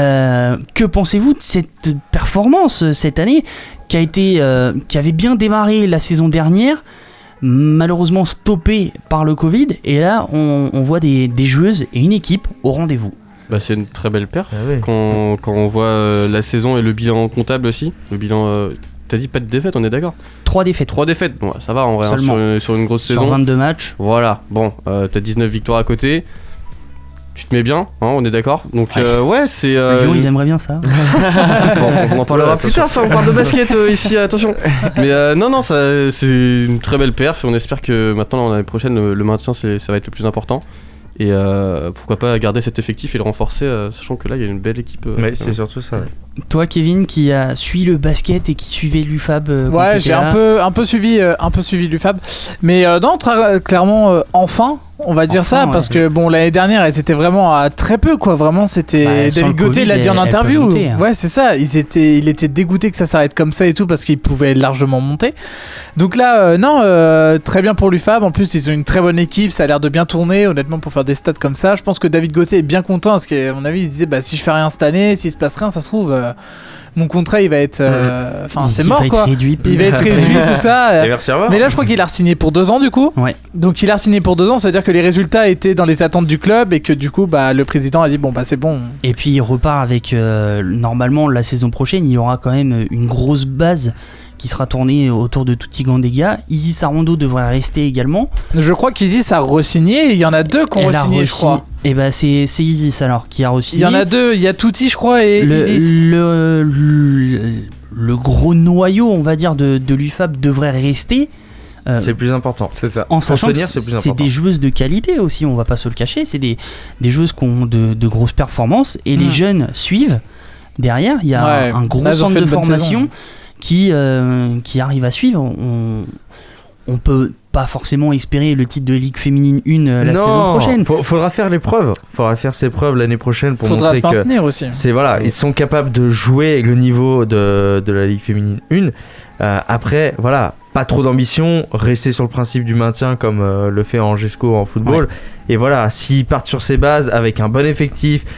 que pensez-vous de cette performance cette année qui avait bien démarré la saison dernière, malheureusement stoppée par le Covid, et là on voit des joueuses et une équipe au rendez-vous. Bah, c'est une très belle perf quand on voit la saison et le bilan comptable aussi. Le bilan, t'as dit pas de défaite, on est d'accord ? 3 défaites. 3 défaites, bon, ça va en vrai, sur une grosse saison. Sur 22 matchs. Voilà, bon, t'as 19 victoires à côté. Tu te mets bien, hein, on est d'accord. Donc ouais, c'est. Ils aimeraient bien ça. Bon, on en parlera plus tard, ça. On parle de basket ici, attention. Mais non, ça, c'est une très belle perf. Et on espère que maintenant l'année prochaine, le maintien, ça va être le plus important. Et pourquoi pas garder cet effectif et le renforcer, sachant que là, il y a une belle équipe. Mais c'est surtout ça. Ouais. Toi, Kevin, qui a suivi le basket et qui suivait l'UFAB. Ouais, j'ai un peu suivi l'UFAB. Mais non, clairement, enfin. On va dire ça, parce que bon, l'année dernière, elles étaient vraiment à très peu, quoi. Vraiment, c'était. David Gauthier l'a dit en interview. Monter, hein. Ouais, c'est ça. Il était dégoûté que ça s'arrête comme ça et tout, parce qu'ils pouvaient largement monter. Donc là, très bien pour l'UFAB. En plus, ils ont une très bonne équipe. Ça a l'air de bien tourner, honnêtement, pour faire des stats comme ça. Je pense que David Gauthier est bien content, parce qu'à mon avis, il se disait, si je fais rien cette année, s'il se passe rien, ça se trouve. Mon contrat il va être c'est mort quoi. Il va être réduit tout ça. Mais là je crois qu'il a re-signé pour 2 ans du coup. Ouais. Donc il a re-signé pour 2 ans, ça veut dire que les résultats étaient dans les attentes du club et que du coup le président a dit c'est bon. Et puis il repart avec normalement la saison prochaine, il y aura quand même une grosse base qui sera tournée autour de Tuti Gandega. Izzy Sarondo devrait rester également. Je crois qu'Izzy a re-signé, il y en a 2 qui ont re-signé, je crois. Et c'est Izzy alors qui a re-signé. Il y en a 2, il y a Tuti je crois et Izzy. Le gros noyau on va dire de l'UFAB devrait rester. C'est le plus important, c'est ça. En sachant que c'est des joueuses de qualité aussi, on va pas se le cacher, c'est des joueuses qui ont de grosses performances et les jeunes suivent derrière. Il y a un gros centre de formation qui arrive à suivre. On peut pas forcément espérer le titre de Ligue féminine 1 la saison prochaine. Faudra faire les preuves. Faudra faire ses preuves l'année prochaine pour montrer se maintenir aussi. Ils sont capables de jouer avec le niveau de la Ligue féminine 1. Après, pas trop d'ambition, rester sur le principe du maintien comme le fait Angesco en football. Ouais. Et s'ils partent sur ces bases avec un bon effectif,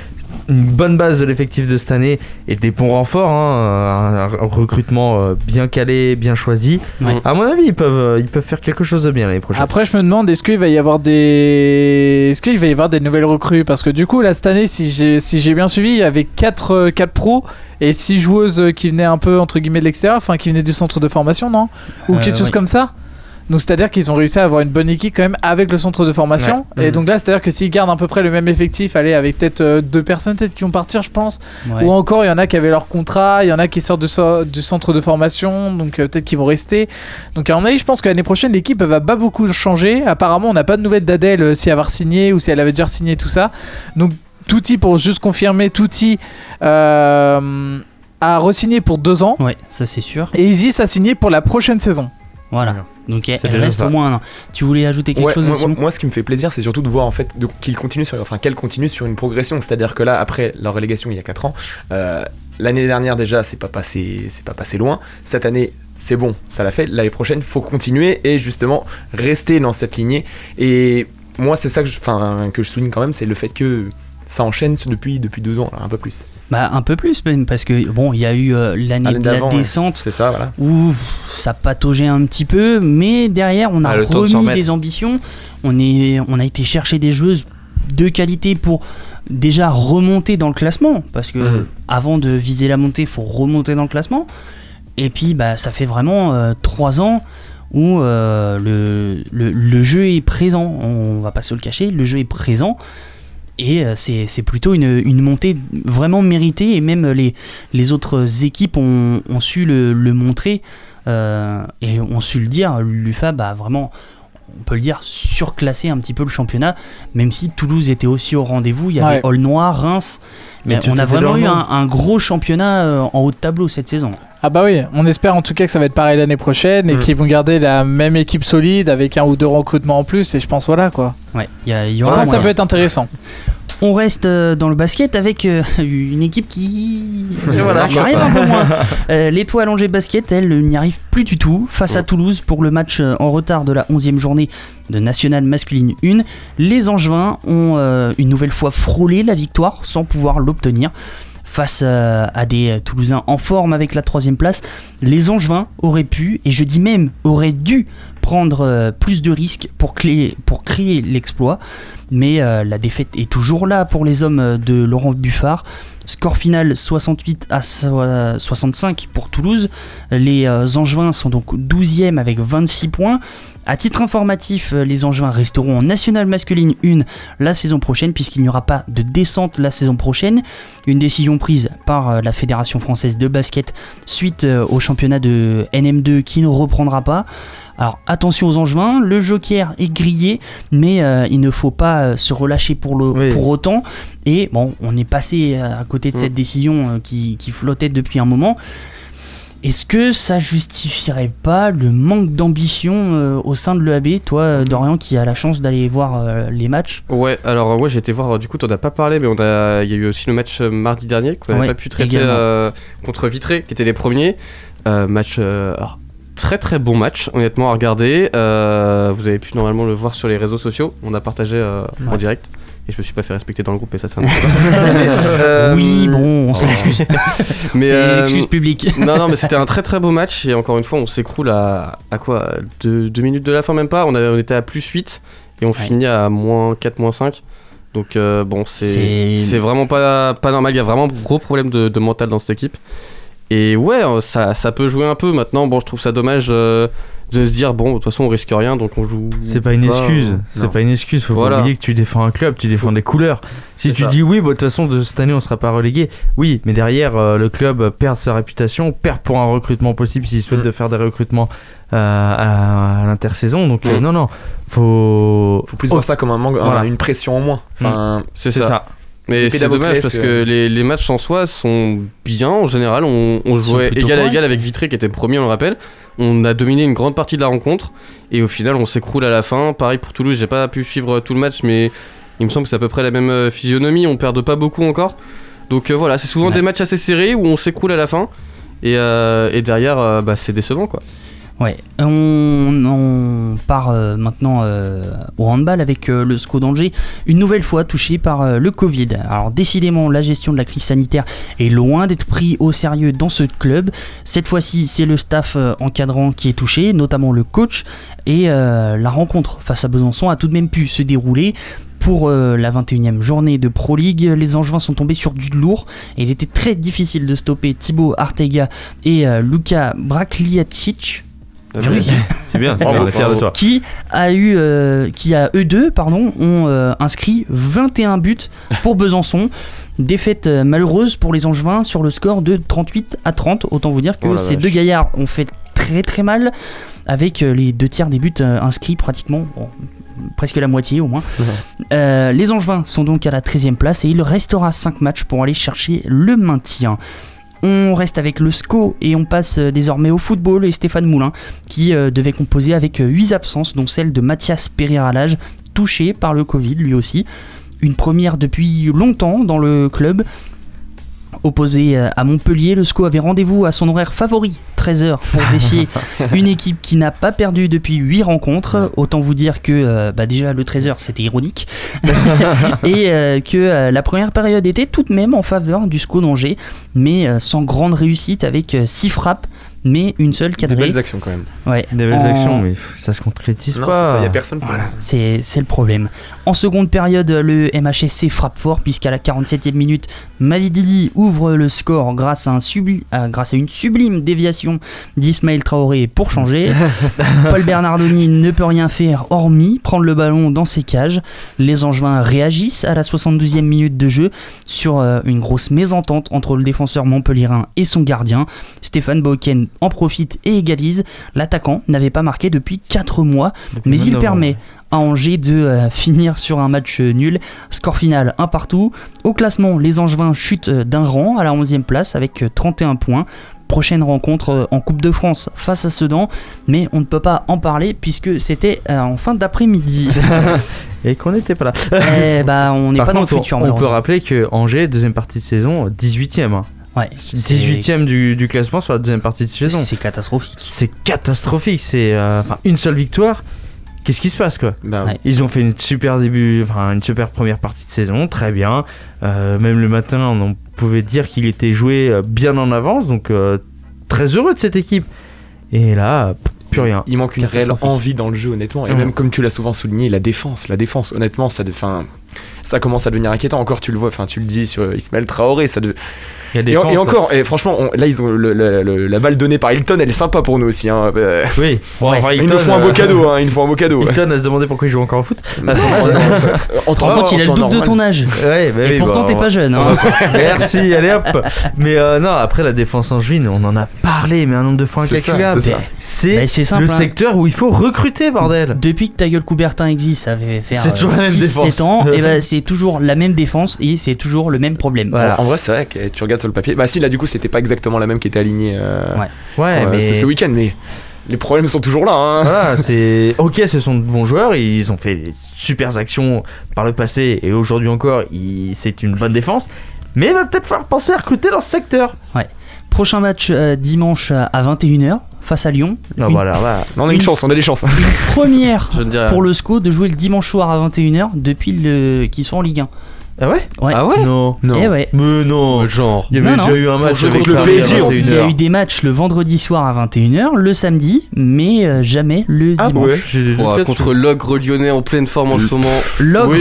une bonne base de l'effectif de cette année et des bons renforts, un recrutement bien calé, bien choisi. Ouais. À mon avis, ils peuvent faire quelque chose de bien l'année prochaine. Après, je me demande, est-ce qu'il va y avoir des nouvelles recrues, parce que du coup là cette année, si j'ai bien suivi, il y avait 4 pros et 6 joueuses qui venaient un peu entre guillemets de l'extérieur, enfin qui venaient du centre de formation, non, ou quelque chose comme ça. Donc c'est-à-dire qu'ils ont réussi à avoir une bonne équipe quand même avec le centre de formation. Ouais. Et donc là, c'est-à-dire que s'ils gardent à peu près le même effectif, allez, avec peut-être 2 personnes peut-être qui vont partir, je pense. Ouais. Ou encore, il y en a qui avaient leur contrat, il y en a qui sortent du centre de formation, donc peut-être qu'ils vont rester. Donc à mon avis, je pense que l'année prochaine, l'équipe elle va pas beaucoup changer. Apparemment, on n'a pas de nouvelles d'Adèle si elle va signer ou si elle avait déjà signé tout ça. Donc Touti, pour juste confirmer, Touti a re-signé pour 2 ans. Ouais, ça c'est sûr. Et Isis a signé pour la prochaine saison. Voilà. Donc elle reste au moins un an. Tu voulais ajouter quelque chose aussi? Moi, ce qui me fait plaisir, c'est surtout de voir en fait qu'elle continue sur une progression. C'est-à-dire que là, après leur relégation il y a 4 ans, l'année dernière déjà, c'est pas passé loin. Cette année, c'est bon, ça l'a fait. L'année prochaine, faut continuer et justement rester dans cette lignée. Et moi, c'est ça que je souligne quand même, c'est le fait que ça enchaîne depuis 2 ans, là, un peu plus. Bah un peu plus même, parce que bon, il y a eu l'année de la descente, c'est ça, voilà, où ça pataugeait un petit peu, mais derrière on a remis des ambitions, on a été chercher des joueuses de qualité pour déjà remonter dans le classement, parce que avant de viser la montée, il faut remonter dans le classement. Et puis bah ça fait vraiment 3 ans où le jeu est présent, on va pas se le cacher, le jeu est présent. Et c'est plutôt une montée vraiment méritée, et même les autres équipes ont su le montrer et ont su le dire. L'UFA vraiment, on peut le dire, surclassé un petit peu le championnat, même si Toulouse était aussi au rendez-vous. Il y avait Aulnois, Reims, mais on a vraiment eu un gros championnat en haut de tableau cette saison. Ah bah oui, on espère en tout cas que ça va être pareil l'année prochaine et qu'ils vont garder la même équipe solide avec 1 ou 2 recrutements en plus, et je pense voilà quoi. Ouais, y aura ça peut être intéressant. On reste dans le basket avec une équipe qui arrive un peu moins. L'Étoile Angers Basket, elle n'y arrive plus du tout face à Toulouse pour le match en retard de la 11e journée de National Masculine 1. Les Angevins ont une nouvelle fois frôlé la victoire sans pouvoir l'obtenir. Face à des Toulousains en forme avec la 3e place, les Angevins auraient pu, et je dis même auraient dû, prendre plus de risques pour créer l'exploit. Mais la défaite est toujours là pour les hommes de Laurent Buffard. Score final 68-65 pour Toulouse. Les Angevins sont donc 12e avec 26 points. À titre informatif, les Angevins resteront en National Masculine 1 la saison prochaine, puisqu'il n'y aura pas de descente la saison prochaine. Une décision prise par la Fédération Française de Basket suite au championnat de NM2 qui ne reprendra pas. Alors attention aux Angevins, le joker est grillé, mais il ne faut pas se relâcher pour autant. Et bon, on est passé à côté de cette décision qui flottait depuis un moment. Est-ce que ça justifierait pas le manque d'ambition au sein de l'EAB, toi Dorian qui a la chance d'aller voir les matchs? Ouais, alors j'ai été voir, du coup t'en as pas parlé, mais il y a eu aussi le match mardi dernier qu'on n'avait pas pu traiter contre Vitré, qui étaient les premiers. Match... très très bon match, honnêtement, à regarder. Vous avez pu normalement le voir sur les réseaux sociaux. On a partagé en direct. Et je me suis pas fait respecter dans le groupe, et ça c'est un peu... Oui, bon, on s'excuse. Mais c'est excuse publique. Non, mais c'était un très très beau match. Et encore une fois, on s'écroule à quoi, 2 minutes de la fin, même pas. On était à +8 et on finit à -4, -5. Donc bon, c'est vraiment pas normal. Il y a vraiment un gros problème de mental dans cette équipe. Et ouais, ça peut jouer un peu. Maintenant, bon, je trouve ça dommage de se dire, bon, de toute façon, on risque rien, donc on joue. C'est pas une excuse. C'est pas une excuse. Faut pas oublier que tu défends un club, tu défends des couleurs. Si tu dis oui, de toute façon, de cette année, on sera pas relégué. Oui, mais derrière, le club perd sa réputation, perd pour un recrutement possible s'il souhaite de faire des recrutements à l'intersaison. Donc non, faut plus voir ça comme un manque, une pression en moins. Enfin, c'est ça. Mais c'est dommage parce que les matchs en soi sont bien en général. On jouait égal à égal avec Vitré qui était premier, on le rappelle. On a dominé une grande partie de la rencontre et au final on s'écroule à la fin. Pareil pour Toulouse, j'ai pas pu suivre tout le match, mais il me semble que c'est à peu près la même physionomie. On perd pas beaucoup encore. Donc voilà, c'est souvent des matchs assez serrés où on s'écroule à la fin et derrière c'est décevant quoi. Ouais, on part maintenant au handball avec le SCO d'Angers, une nouvelle fois touché par le Covid. Alors décidément, la gestion de la crise sanitaire est loin d'être prise au sérieux dans ce club. Cette fois-ci, c'est le staff encadrant qui est touché, notamment le coach, et la rencontre face à Besançon a tout de même pu se dérouler. Pour la 21e journée de Pro League, les Angevins sont tombés sur du lourd et il était très difficile de stopper Thibaut Arteaga et Luka Brakliacic. J'ai réussi. C'est bien, on est fiers de toi. Qui eux deux ont inscrit 21 buts pour Besançon. Défaite malheureuse pour les Angevins sur le score de 38-30. Autant vous dire que ces deux gaillards ont fait très très mal avec les 2/3 des buts inscrits pratiquement. Bon, presque la moitié au moins. Les Angevins sont donc à la 13e place et il restera 5 matchs pour aller chercher le maintien. On reste avec le SCO et on passe désormais au football et Stéphane Moulin qui devait composer avec 8 absences dont celle de Mathias Pereira-Lage, touché par le Covid lui aussi. Une première depuis longtemps dans le club. Opposé à Montpellier, le SCO avait rendez-vous à son horaire favori, 13h, pour défier une équipe qui n'a pas perdu depuis 8 rencontres. Autant vous dire que déjà le 13h c'était ironique. Et que la première période était tout de même en faveur du SCO d'Angers, mais sans grande réussite avec 6 frappes. Mais une seule cadrée. Des belles actions quand même. Ouais. Des belles actions, mais ça se concrétise pas. Il n'y a personne pour voilà, c'est le problème. En seconde période, le MHSC frappe fort puisqu'à la 47e minute, Mavididi ouvre le score grâce à une sublime déviation d'Ismaël Traoré pour changer. Paul Bernardoni ne peut rien faire hormis prendre le ballon dans ses cages. Les Angevins réagissent à la 72e minute de jeu sur une grosse mésentente entre le défenseur montpelliérain et son gardien. Stéphane Bauken en profite et égalise. L'attaquant n'avait pas marqué depuis 4 mois, mais il permet à Angers de finir sur un match nul. Score final 1 partout. Au classement, les Angevins chutent d'un rang à la 11e place avec 31 points. Prochaine rencontre en Coupe de France face à Sedan, mais on ne peut pas en parler puisque c'était en fin d'après-midi. Et qu'on n'était pas là. On n'est pas dans le futur. On peut rappeler que Angers, deuxième partie de saison, 18e. Ouais, 18ème du classement sur la deuxième partie de saison. C'est catastrophique. C'est catastrophique. C'est une seule victoire. Qu'est-ce qui se passe quoi ? Ils ont fait une super première partie de saison, très bien. Même le matin, on pouvait dire qu'il était joué bien en avance, donc très heureux de cette équipe. Et là, plus rien. Il manque une réelle envie dans le jeu, honnêtement. Et même comme tu l'as souvent souligné, la défense, honnêtement, ça commence à devenir inquiétant. Encore, tu le vois, tu le dis sur Ismaël Traoré, et encore, et franchement, là ils ont la balle donnée par Hilton, elle est sympa pour nous aussi. Hein. Oui, ils nous font un beau cadeau. Hilton a se demandé pourquoi il joue encore au foot. Par contre, il a le double de ton âge. Et pourtant, t'es pas jeune. Hein. Merci, allez hop. Mais non, après la défense angevine, on en a parlé, mais un nombre de fois incalculable. C'est simple, le secteur où il faut recruter, bordel. Depuis que Ta Gueule Coubertin existe, ça fait faire 6-7 ans, et c'est toujours la même défense et c'est toujours le même problème. Voilà. En vrai, c'est vrai que tu regardes sur le papier. Si, là, du coup, c'était pas exactement la même qui était alignée mais ce week-end, mais les problèmes sont toujours là. Hein. Voilà, ce sont de bons joueurs, ils ont fait des super actions par le passé et aujourd'hui encore, c'est une bonne défense. Mais il va peut-être falloir penser à recruter dans ce secteur. Ouais. Prochain match dimanche à 21h. Face à Lyon. On a des chances. Une première pour le SCO de jouer le dimanche soir à 21h depuis qu'ils sont en Ligue 1. Ah ouais? Ah ouais? Non. Eh ouais. Mais non. Genre. Il y avait déjà eu un match avec le PSG. Il y a eu des matchs le vendredi soir à 21h, le samedi, mais jamais le dimanche. Contre l'Ogre lyonnais en pleine forme en ce moment. L'Ogre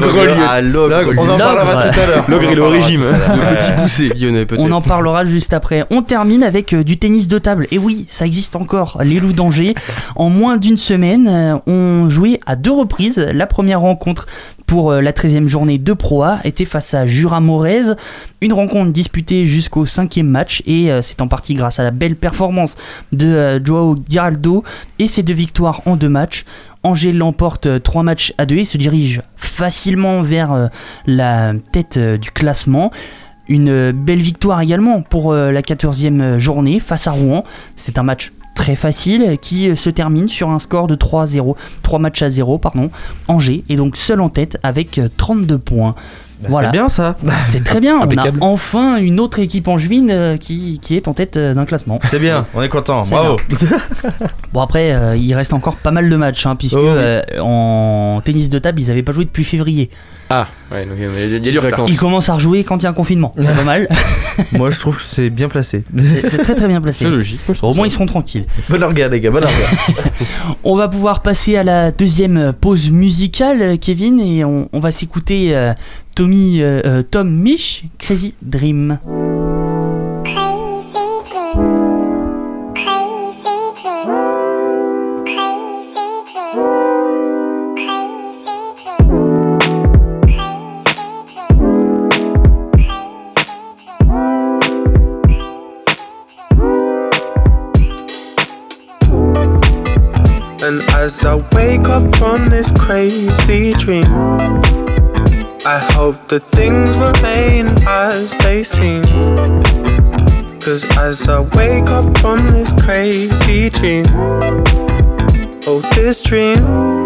lyonnais. On en parlera tout à l'heure. L'Ogre, il est au régime. Le petit boussé lyonnais peut-être. On en parlera juste après. On termine avec du tennis de table. Et oui, ça existe encore. Les Loups d'Angers, en moins d'une semaine, ont joué à 2 reprises. La première rencontre pour la 13e journée de Pro A était face à Jura Morez, une rencontre disputée jusqu'au 5e match et c'est en partie grâce à la belle performance de Joao Giraldo et ses 2 victoires en 2 matchs. Angers l'emporte 3-2 et se dirige facilement vers la tête du classement. Une belle victoire également pour la 14e journée face à Rouen. C'est un match très facile qui se termine sur un score de 3-0. Angers est donc seul en tête avec 32 points. Voilà. C'est bien ça. C'est très bien. On a Impeccable. enfin une autre équipe angevine qui est en tête d'un classement. C'est bien, on est content. C'est Bravo. Bon après, il reste encore pas mal de matchs, puisque en tennis de table, ils n'avaient pas joué depuis février. Ah, ouais, donc il y a du retard. Ils commencent à rejouer quand il y a un confinement. C'est pas mal. Moi, je trouve que c'est bien placé. C'est très très bien placé. C'est logique. Au moins, ils seront tranquilles. Bon organe, les gars, bon organe. On va pouvoir passer à la deuxième pause musicale, Kevin, et on va s'écouter Tom Misch, Crazy Dream. And as I wake up from this crazy dream, I hope that things remain as they seem. 'Cause as I wake up from this crazy dream, oh this dream.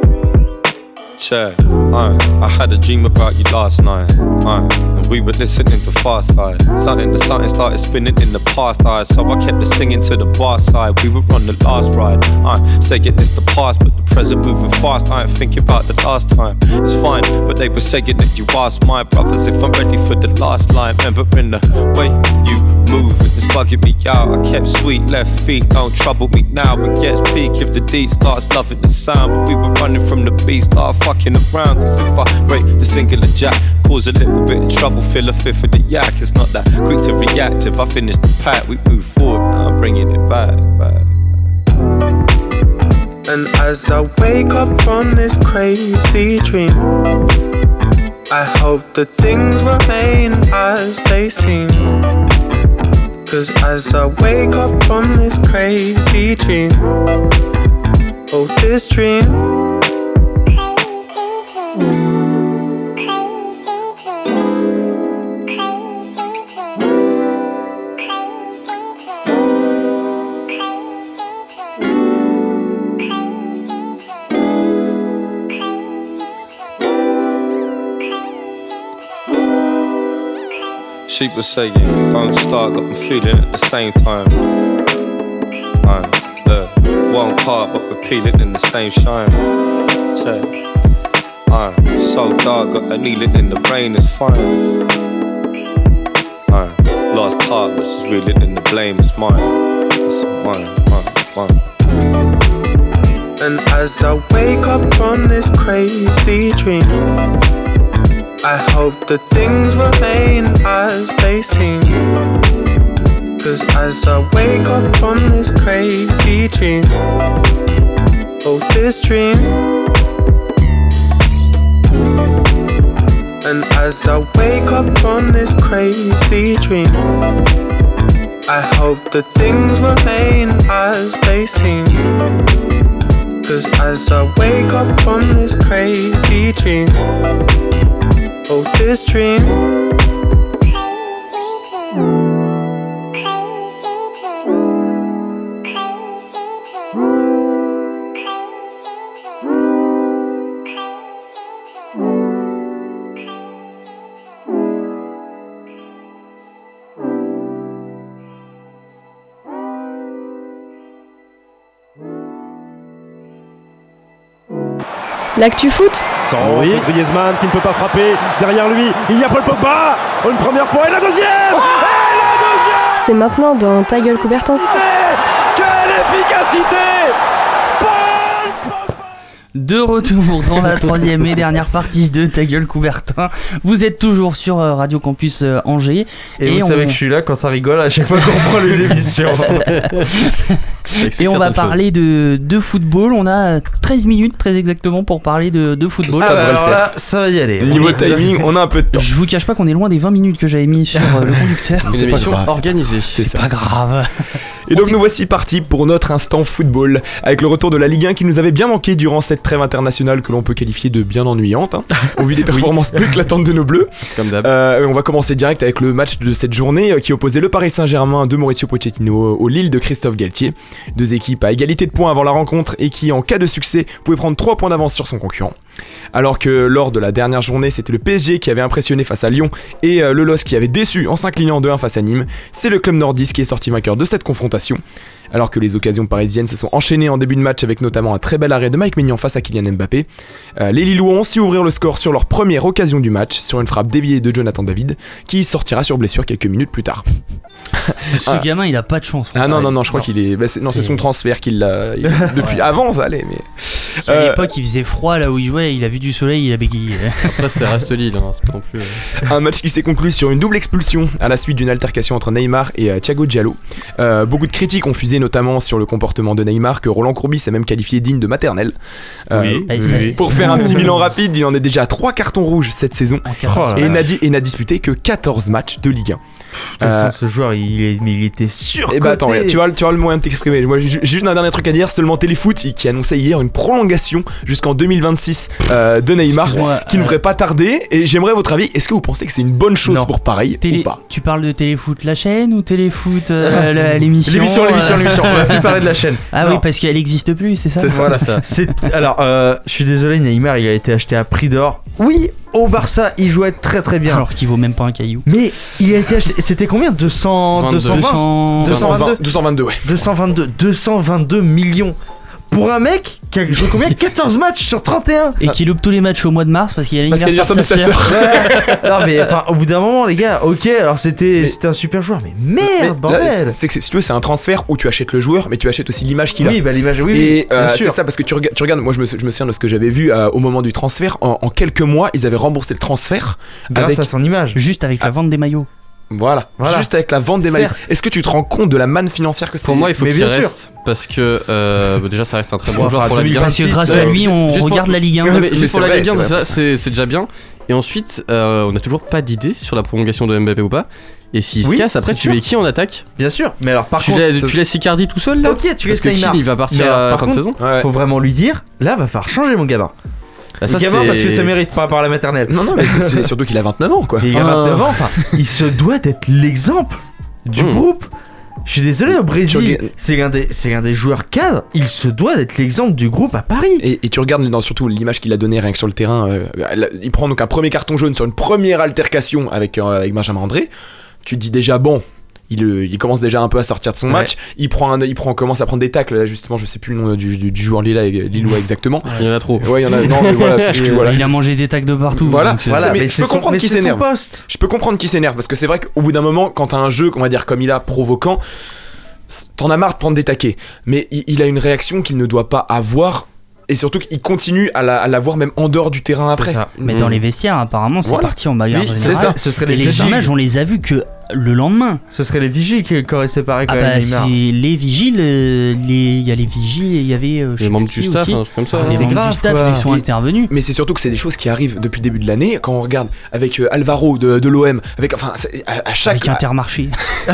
I had a dream about you last night, and we were listening to Farside. Something started spinning in the past, so I kept singing to the bar side. We were on the last ride, saying it's the past, but the present moving fast. I ain't thinking about the last time. It's fine, but they were saying that you asked my brothers if I'm ready for the last line. Remembering the way you move, it's bugging me out. I kept sweet left feet, don't trouble me now. It gets peak if the D starts loving the sound. But we were running from the beast, started fucking around. Cause if I break the singular jack, cause a little bit of trouble, feel a fifth of the yak. It's not that quick to react. If I finish the pack, we move forward, now I'm bringing it back. And as I wake up from this crazy dream, I hope that things remain as they seem. 'Cause as I wake up from this crazy dream, oh this dream. She was saying, don't start, got me feeling at the same time. Look, one part, but we're peeling in the same shine. Say, so dark, got a needling in the brain, it's fine. Lost heart, but she's reeling in the blame, it's mine. It's mine. And as I wake up from this crazy dream, I hope that things remain as they seem. 'Cause as I wake up from this crazy dream, oh this dream. And as I wake up from this crazy dream, I hope that things remain as they seem. 'Cause as I wake up from this crazy dream, oh this dream. L'actu foot. Sans Griezmann qui ne peut pas frapper. Derrière lui, il y a Paul Pogba. Une première fois et la deuxième. C'est maintenant dans Ta gueule Coubertin. Quelle efficacité! De retour dans la troisième et dernière partie de Ta gueule Coubertin. Vous êtes toujours sur Radio Campus Angers. Et vous savez que je suis là quand ça rigole à chaque fois qu'on prend les émissions. Et on va parler de football. On a 13 minutes très exactement pour parler de football. Alors là, ça va y aller. Niveau timing, on a un peu de temps. Je vous cache pas qu'on est loin des 20 minutes que j'avais mis sur le conducteur. Une émission organisée. C'est pas grave. Et donc nous voici partis pour notre instant football, avec le retour de la Ligue 1 qui nous avait bien manqué durant cette trêve internationale que l'on peut qualifier de bien ennuyante, au vu des performances peu éclatantes de nos bleus. Comme d'hab. On va commencer direct avec le match de cette journée qui opposait le Paris Saint-Germain de Mauricio Pochettino au Lille de Christophe Galtier. Deux équipes à égalité de points avant la rencontre et qui, en cas de succès, pouvaient prendre 3 points d'avance sur son concurrent. Alors que lors de la dernière journée, c'était le PSG qui avait impressionné face à Lyon et le LOSC qui avait déçu en s'inclinant 2-1 face à Nîmes, c'est le club nordiste qui est sorti vainqueur de cette confrontation. Alors que les occasions parisiennes se sont enchaînées en début de match avec notamment un très bel arrêt de Mike Maignan face à Kylian Mbappé, les Lillois ont su ouvrir le score sur leur première occasion du match sur une frappe déviée de Jonathan David qui sortira sur blessure quelques minutes plus tard. Ce gamin il a pas de chance. Ah non, je crois qu'il est... c'est son transfert qu'il l'a... Depuis avant ça allait mais... À l'époque il faisait froid là où il jouait, il a vu du soleil, il a bégayé. Après ça reste Lille, hein, c'est pas non plus... Un match qui s'est conclu sur une double expulsion à la suite d'une altercation entre Neymar et Thiago Diallo. Beaucoup de critiques ont fusé notamment sur le comportement de Neymar que Roland Courbis a même qualifié digne de maternelle. Pour faire un petit bilan rapide, il en est déjà à 3 cartons rouges cette saison et n'a disputé que 14 matchs de Ligue 1. Ce joueur il était surcoté. Et bah attends, tu vas le moyen de t'exprimer. Moi j'ai juste un dernier truc à dire, seulement Téléfoot qui annonçait hier une prolongation jusqu'en 2026 de Neymar qui ne devrait pas tarder, et j'aimerais votre avis, est-ce que vous pensez que c'est une bonne chose pour Paris ou pas? Tu parles de Téléfoot la chaîne ou Téléfoot l'émission? L'émission, on va plus parler de la chaîne. Ah oui, parce qu'elle existe plus, c'est ça? C'est ça. Voilà. Alors je suis désolé, Neymar il a été acheté à prix d'or. Oui, au Barça il jouait très très bien. Alors qu'il vaut même pas un caillou. Mais il a été acheté, c'était combien? 222 millions pour un mec qui a joué combien? 14 matchs sur 31 et qui loupe tous les matchs au mois de mars parce qu'il y a l'anniversaire de sa sœur. Non mais enfin au bout d'un moment les gars, ok, alors c'était un super joueur, mais merde, bordel. C'est que si tu veux, c'est un transfert où tu achètes le joueur mais tu achètes aussi l'image qu'il a. Oui, bah l'image, oui. Et c'est ça, parce que tu regardes, moi je me souviens de ce que j'avais vu au moment du transfert, en quelques mois ils avaient remboursé le transfert grâce à son image, juste avec la vente des maillots. Voilà, juste avec la vente des maillots. Est-ce que tu te rends compte de la manne financière que c'est? Pour moi, il faut qu'il reste, parce que déjà ça reste un très bon joueur pour la Ligue 1. Parce que grâce à lui, on regarde la Ligue 1. Juste pour la Ligue 1, c'est déjà bien. Et ensuite, on n'a toujours pas d'idée sur la prolongation de Mbappé ou pas. Et s'il se casse, après tu mets qui en attaque? Bien sûr, mais alors par contre, tu laisses Icardi tout seul là? Ok, tu laisses Neymar. Il va partir à la fin de saison. Faut vraiment lui dire, là va falloir changer mon gamin. Ça, gamin, parce que ça mérite par rapport à la maternelle. Non, mais c'est surtout qu'il a 29 ans quoi. Il a 29 ans, il se doit d'être l'exemple du groupe. Je suis désolé, au Brésil, c'est l'un des joueurs cadres. Il se doit d'être l'exemple du groupe à Paris. Et tu regardes surtout l'image qu'il a donnée rien que sur le terrain. Il prend donc un premier carton jaune sur une première altercation avec Benjamin André. Tu te dis déjà bon. Il commence déjà un peu à sortir de son match. Il commence à prendre des tacles. Là, justement, je sais plus le nom du joueur lillois exactement. Il y en a trop. Ouais, il y en a. Non, mais voilà, il a mangé des tacles de partout. Voilà. Mais je peux comprendre qu'il s'énerve. Je peux comprendre qu'il s'énerve parce que c'est vrai qu'au bout d'un moment, quand t'as un jeu, on va dire comme il a, provoquant, t'en as marre de prendre des taquets. Mais il a une réaction qu'il ne doit pas avoir. Et surtout qu'il continue à l'avoir même en dehors du terrain après. Mais dans les vestiaires, apparemment, c'est parti en bagarre générale. C'est ça. Ce serait les images, on les a vus que le lendemain. Ce serait les vigiles qui auraient séparé quand même Neymar. Les vigiles, il y a les vigiles, il y avait les membres du staff, comme ça. Les membres du staff qui sont intervenus. Mais c'est surtout que c'est des choses qui arrivent depuis le début de l'année. Quand on regarde avec Alvaro de l'OM, avec Intermarché.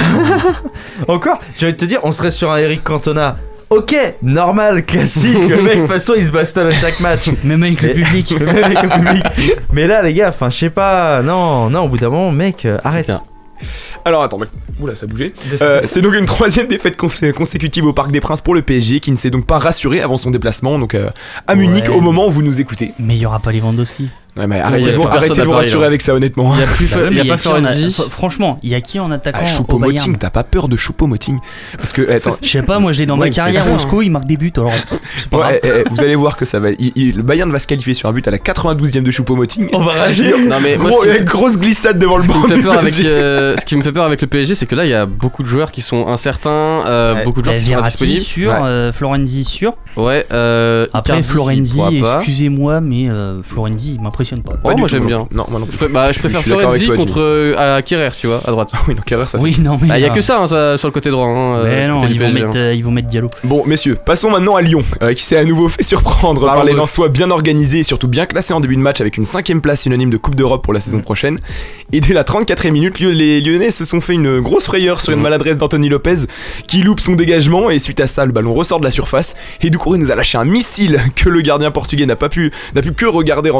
Encore, j'ai envie de te dire, on serait sur un Eric Cantona. Ok, normal, classique, le mec de toute façon il se bastonne à chaque match. Même avec le public. Mais là les gars, je sais pas, non, au bout d'un moment, mec, arrête. Alors attends, oula ça a bougé. C'est donc une 3e défaite consécutive au Parc des Princes pour le PSG qui ne s'est donc pas rassuré avant son déplacement donc à Munich au moment où vous nous écoutez. Mais il y aura pas Lewandowski. Ouais, mais arrêtez de vous rassurer avec ça honnêtement. Il y a pas Florenzi. Franchement, il y a qui en attaquant au Bayern? Choupo-Moting, t'as pas peur de Choupo-Moting? Parce que attends, je sais pas, moi je l'ai dans ma carrière au SCO, il marque des buts alors. Vous allez voir que ça va. Le Bayern va se qualifier sur un but à la 92e de Choupo-Moting. On va rager. Non mais grosse glissade devant le banc. Ce qui me fait peur avec le PSG, c'est que là il y a beaucoup de joueurs qui sont incertains, beaucoup de joueurs qui sont disponibles. Sûr, Florenzi sûr. Ouais. Après Florenzi, excusez-moi, mais Florenzi il m'impressionne pas. Ouais, moi j'aime bien. Non, moi non plus. Je préfère Florenzi contre Kerrer, tu vois, à droite. Oui, donc Kerrer ça. Oui, non mais. Il y a que ça sur le côté droit. Mais non, ils vont mettre Diallo. Bon, messieurs, passons maintenant à Lyon, qui s'est à nouveau fait surprendre par les Lensois bien organisés et surtout bien classés en début de match avec une 5ème place synonyme de Coupe d'Europe pour la saison prochaine. Et dès la 34e minute, les Lyonnais se sont fait une grosse frayeur sur une maladresse d'Anthony Lopez qui loupe son dégagement et suite à ça, le ballon ressort de la surface et Doucouré nous a lâché un missile que le gardien portugais n'a pu que regarder rentrer dans ses filets.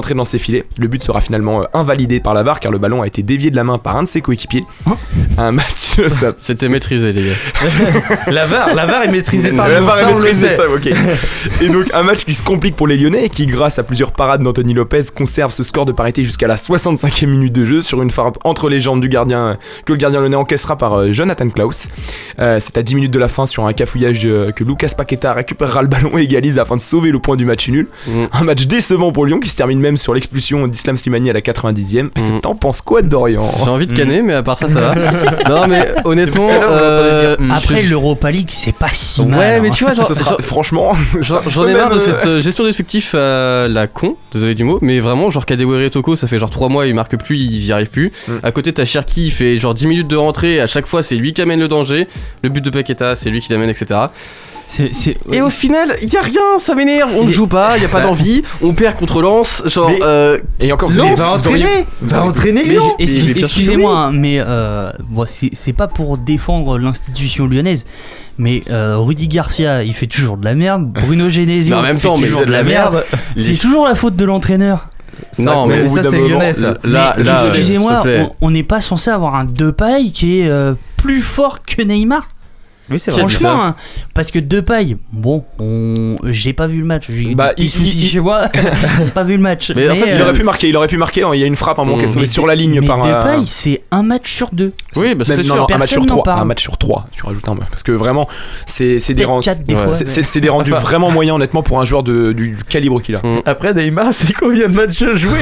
filet. Le but sera finalement invalidé par la VAR car le ballon a été dévié de la main par un de ses coéquipiers. Un match... C'était maîtrisé, les gars. La VAR est maîtrisée par la VAR est maîtrisée, ça, ok. Et donc un match qui se complique pour les Lyonnais et qui, grâce à plusieurs parades d'Anthony Lopez, conserve ce score de parité jusqu'à la 65e minute de jeu sur une frappe entre les jambes du gardien que le gardien lyonnais encaissera par Jonathan Klaus. C'est à 10 minutes de la fin sur un cafouillage que Lucas Paqueta récupérera le ballon et égalise afin de sauver le point du match nul. Un match décevant pour Lyon qui se termine même sur l'expulsion d'Islam Slimani à la 90e. T'en penses quoi, Dorian? J'ai envie de canner, mais à part ça va. Non, mais honnêtement, après l'Europa League, c'est pas si mal. Ouais, mais tu vois, franchement, j'en ai marre de cette gestion d'effectifs à la con, désolé du mot, mais vraiment, genre Kadewere et Toko, ça fait genre 3 mois, ils marquent plus, ils y arrivent plus. À côté, t'as Cherki, il fait genre 10 minutes de rentrée, à chaque fois, c'est lui qui amène le danger. Le but de Paqueta, c'est lui qui l'amène, etc. Et au final, y a rien, ça m'énerve, on ne joue pas, y a pas d'envie, on perd contre Lens, genre et encore va entraîner Lyon. Excusez-moi, mais bon, c'est pas pour défendre l'institution lyonnaise, mais Rudy Garcia, il fait toujours de la merde, Bruno Genesio en même temps, fait toujours de la merde. C'est toujours la faute de l'entraîneur. Non, mais ça c'est lyonnais, ça. Là, excusez-moi, on n'est pas censé avoir un Depay qui est plus fort que Neymar. Oui, c'est vrai. Franchement, hein, parce que Depay, bon, j'ai pas vu le match. J'ai eu des soucis chez moi. Pas vu le match. Mais en fait, il aurait pu marquer. Il y a une frappe à un moment qui est sauvée sur la ligne par Depay, c'est un match sur 2. Oui, bah c'est sûr. Non, un match sur 3. Un match sur 3. Tu rajoutes un. Parce que vraiment, c'est des rendus vraiment moyens, honnêtement, pour un joueur du calibre qu'il a. Après, Neymar, c'est combien de matchs joués?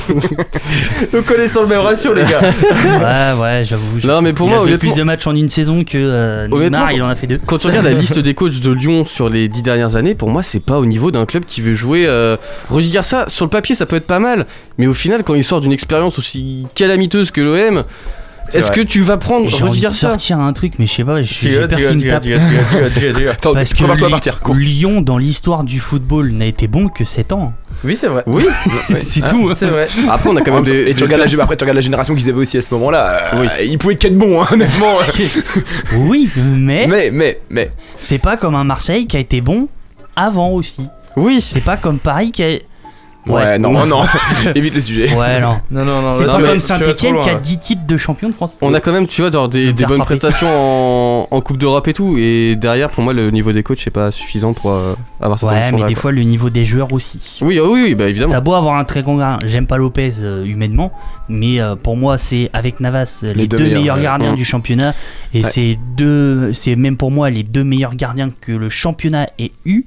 Donc on est sur le même ratio, les gars. Ouais, j'avoue. Non, mais pour moi, il a plus de matchs en une saison que Neymar. Il en a fait 2. Quand tu regardes la liste des coachs de Lyon sur les 10 dernières années, pour moi, c'est pas au niveau d'un club qui veut jouer. Rudy Garcia, sur le papier, ça peut être pas mal, mais au final, quand il sort d'une expérience aussi calamiteuse que l'OM, est-ce que tu vas prendre Rudy Garcia? Sortir un truc, mais je sais pas, j'ai peur qu'il me tape. Parce que Lyon, dans l'histoire du football, n'a été bon que 7 ans. Oui, c'est vrai. Oui, c'est tout. C'est vrai. Après, on a quand même des. Et tu regardes la génération qu'ils avaient aussi à ce moment-là. Ils pouvaient qu'être bons, hein, honnêtement. Oui, mais. Mais. C'est pas comme un Marseille qui a été bon avant aussi. Oui. C'est pas comme Paris qui a. Ouais, non, évite le sujet. Ouais, non. C'est pas comme Saint-Etienne qui a 10 titres de champion de France. On a quand même, tu vois, des bonnes prestations en Coupe d'Europe et tout. Et derrière, pour moi, le niveau des coachs, c'est pas suffisant pour avoir cette ambition. Ouais, mais des fois, le niveau des joueurs aussi. Oui, bah évidemment. T'as beau avoir un très grand gardien. J'aime pas Lopez humainement, mais pour moi, c'est avec Navas les deux meilleurs gardiens du championnat. Et c'est même pour moi les 2 meilleurs gardiens que le championnat ait eu.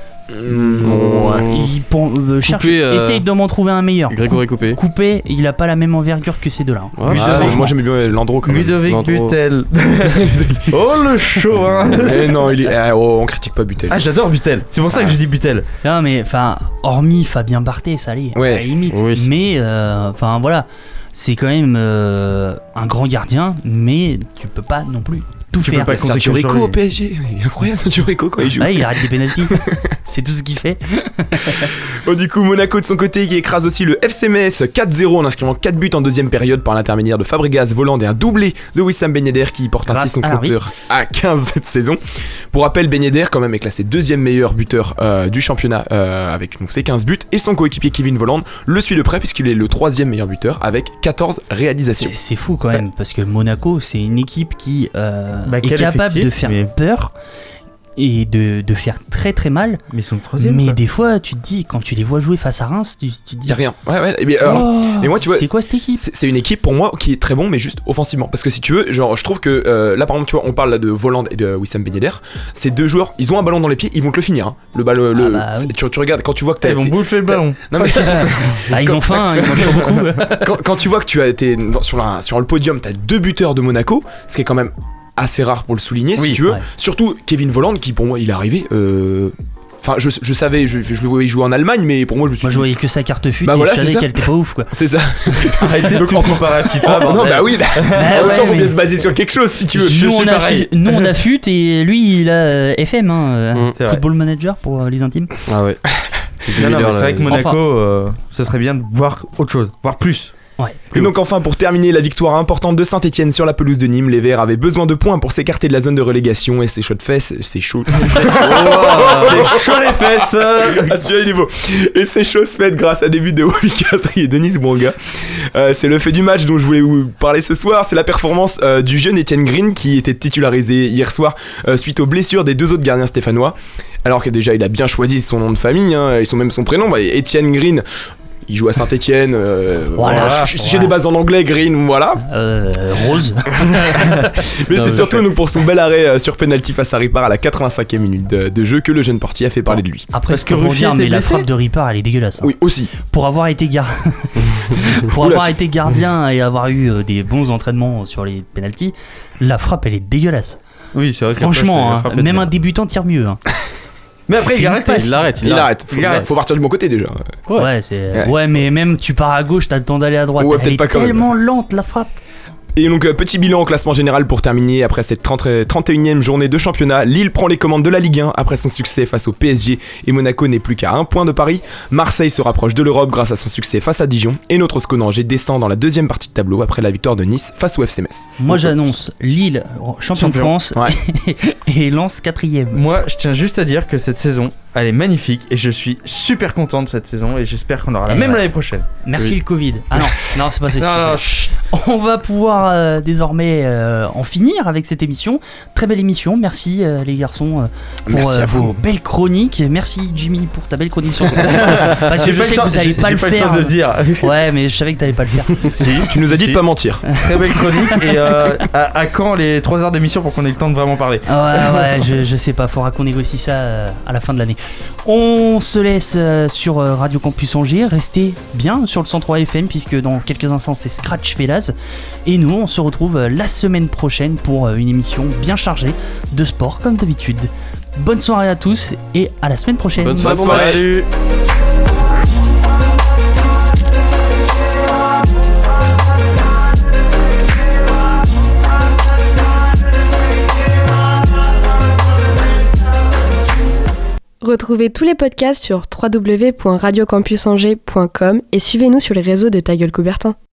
Essaye de m'en trouver un meilleur. Grégory Coupé, il a pas la même envergure que ces deux-là. Moi j'aimais bien Landreau quand même. Ludovic Butel. Oh le show, hein. Non, on critique pas Butel. Ah, j'adore Butel. C'est pour ça que je dis Butel. Non, mais enfin, hormis Fabien Barthez, ça allait, à la limite. Oui. Mais enfin voilà, c'est quand même un grand gardien, mais tu peux pas non plus tout faire. Peux pas Sergio Rico au PSG, il est incroyable Sergio Rico quand il joue. Il arrête des pénaltys. C'est tout ce qu'il fait. Bon, du coup, Monaco de son côté qui écrase aussi le FC Metz 4-0 en inscrivant 4 buts en deuxième période par l'intermédiaire de Fabregas, Voland et un doublé de Wissam Ben Yedder qui porte ainsi son compteur à 15 cette saison. Pour rappel, Ben Yedder quand même est classé 2e meilleur buteur du championnat avec ses 15 buts et son coéquipier Kevin Voland le suit de près puisqu'il est le 3e meilleur buteur avec 14 réalisations. C'est fou quand même parce que Monaco c'est une équipe qui est capable de faire peur et de faire très très mal. Mais ils sont le 3e. Mais quoi. Des fois, tu te dis, quand tu les vois jouer face à Reims, tu te dis. Y'a rien. Ouais. Et moi, tu vois. C'est quoi cette équipe ? C'est une équipe pour moi qui est très bon, mais juste offensivement. Parce que si tu veux, genre, je trouve que là, par exemple, tu vois, on parle là de Voland et de Wissam Ben Yedder. Ces deux joueurs, ils ont un ballon dans les pieds, ils vont te le finir. Hein. Le ballon. Oui. Tu regardes, quand tu vois que t'as. Ils vont bouffer le ballon. Non, mais. Ils ont faim, ils mangent pas beaucoup. Quand tu vois que tu as été sur le podium, t'as 2 buteurs de Monaco, ce qui est quand même assez rare pour le souligner si tu veux. Surtout Kevin Voland qui pour moi il est arrivé enfin je savais je le voyais jouer en Allemagne mais pour moi je me suis je voyais que sa carte fut et je savais qu'elle était pas ouf quoi. C'est ça. Arrêtez de tout comparer à FIFA. Non bah oui autant faut bien se baser sur quelque chose si tu veux. Nous on a fut et lui il a FM Football Manager pour les intimes. Ah ouais. C'est vrai que Monaco ce serait bien de voir autre chose, voir plus. Ouais. Et donc enfin pour terminer, la victoire importante de Saint-Etienne sur la pelouse de Nîmes. Les Verts avaient besoin de points pour s'écarter de la zone de relégation et c'est chaud de fesses, c'est chaud. C'est chaud les fesses. Assurez les mots. Et ces choses faites grâce à des buts de Wally Kazri et Denis Bouanga. C'est le fait du match dont je voulais vous parler ce soir. C'est la performance du jeune Étienne Green qui était titularisé hier soir suite aux blessures des deux autres gardiens stéphanois. Alors que déjà il a bien choisi son nom de famille et même son prénom. Étienne Green. Il joue à Saint-Etienne, j'ai des bases en anglais, Green, voilà. Rose. Mais c'est surtout nous pour son bel arrêt sur penalty face à Ripard à la 85e minute de jeu que le jeune portier a fait parler de lui. Après, ce que vous dire, mais la frappe de Ripard, elle est dégueulasse. Hein. Oui, aussi. Pour avoir été gardien et avoir eu des bons entraînements sur les penalties, la frappe, elle est dégueulasse. Oui, c'est vrai que franchement, même un débutant tire mieux. Hein. Mais après, il arrête. Faut partir du bon côté déjà. Ouais, mais même tu pars à gauche, t'as le temps d'aller à droite. Ouais, elle est tellement lente la frappe. Et donc petit bilan au classement général pour terminer après cette 31e journée de championnat. Lille prend les commandes de la Ligue 1 après son succès face au PSG et Monaco n'est plus qu'à 1 point de Paris. Marseille se rapproche de l'Europe grâce à son succès face à Dijon et notre SCO Angers descend dans la deuxième partie de tableau après la victoire de Nice face au FC Metz. Moi j'annonce Lille champion de France et Lens 4ème. Moi je tiens juste à dire que cette saison elle est magnifique et je suis super content de cette saison et j'espère qu'on aura la même l'année prochaine. Merci le Covid. Ah non c'est pas ça. On va pouvoir désormais en finir avec cette émission. Très belle émission. Merci les garçons pour vos belles chroniques. Merci Jimmy pour ta belle chronique sur parce que je sais que vous n'allez pas le faire. J'ai pas le temps de le dire. Ouais, mais je savais que t'allais pas le faire. Si, tu nous as dit de pas mentir. Très belle chronique. Et à quand les 3 heures d'émission pour qu'on ait le temps de vraiment parler? Ouais, je sais pas. Faudra qu'on négocie ça à la fin de l'année. On se laisse sur Radio Campus Angers. Restez bien sur le 103 FM puisque dans quelques instants c'est Scratch Fellas. Et nous on se retrouve la semaine prochaine pour une émission bien chargée de sport comme d'habitude. Bonne soirée à tous et à la semaine prochaine. Bonne soirée. Salut. Retrouvez tous les podcasts sur www.radiocampusangers.com et suivez-nous sur les réseaux de Ta Gueule Coubertin.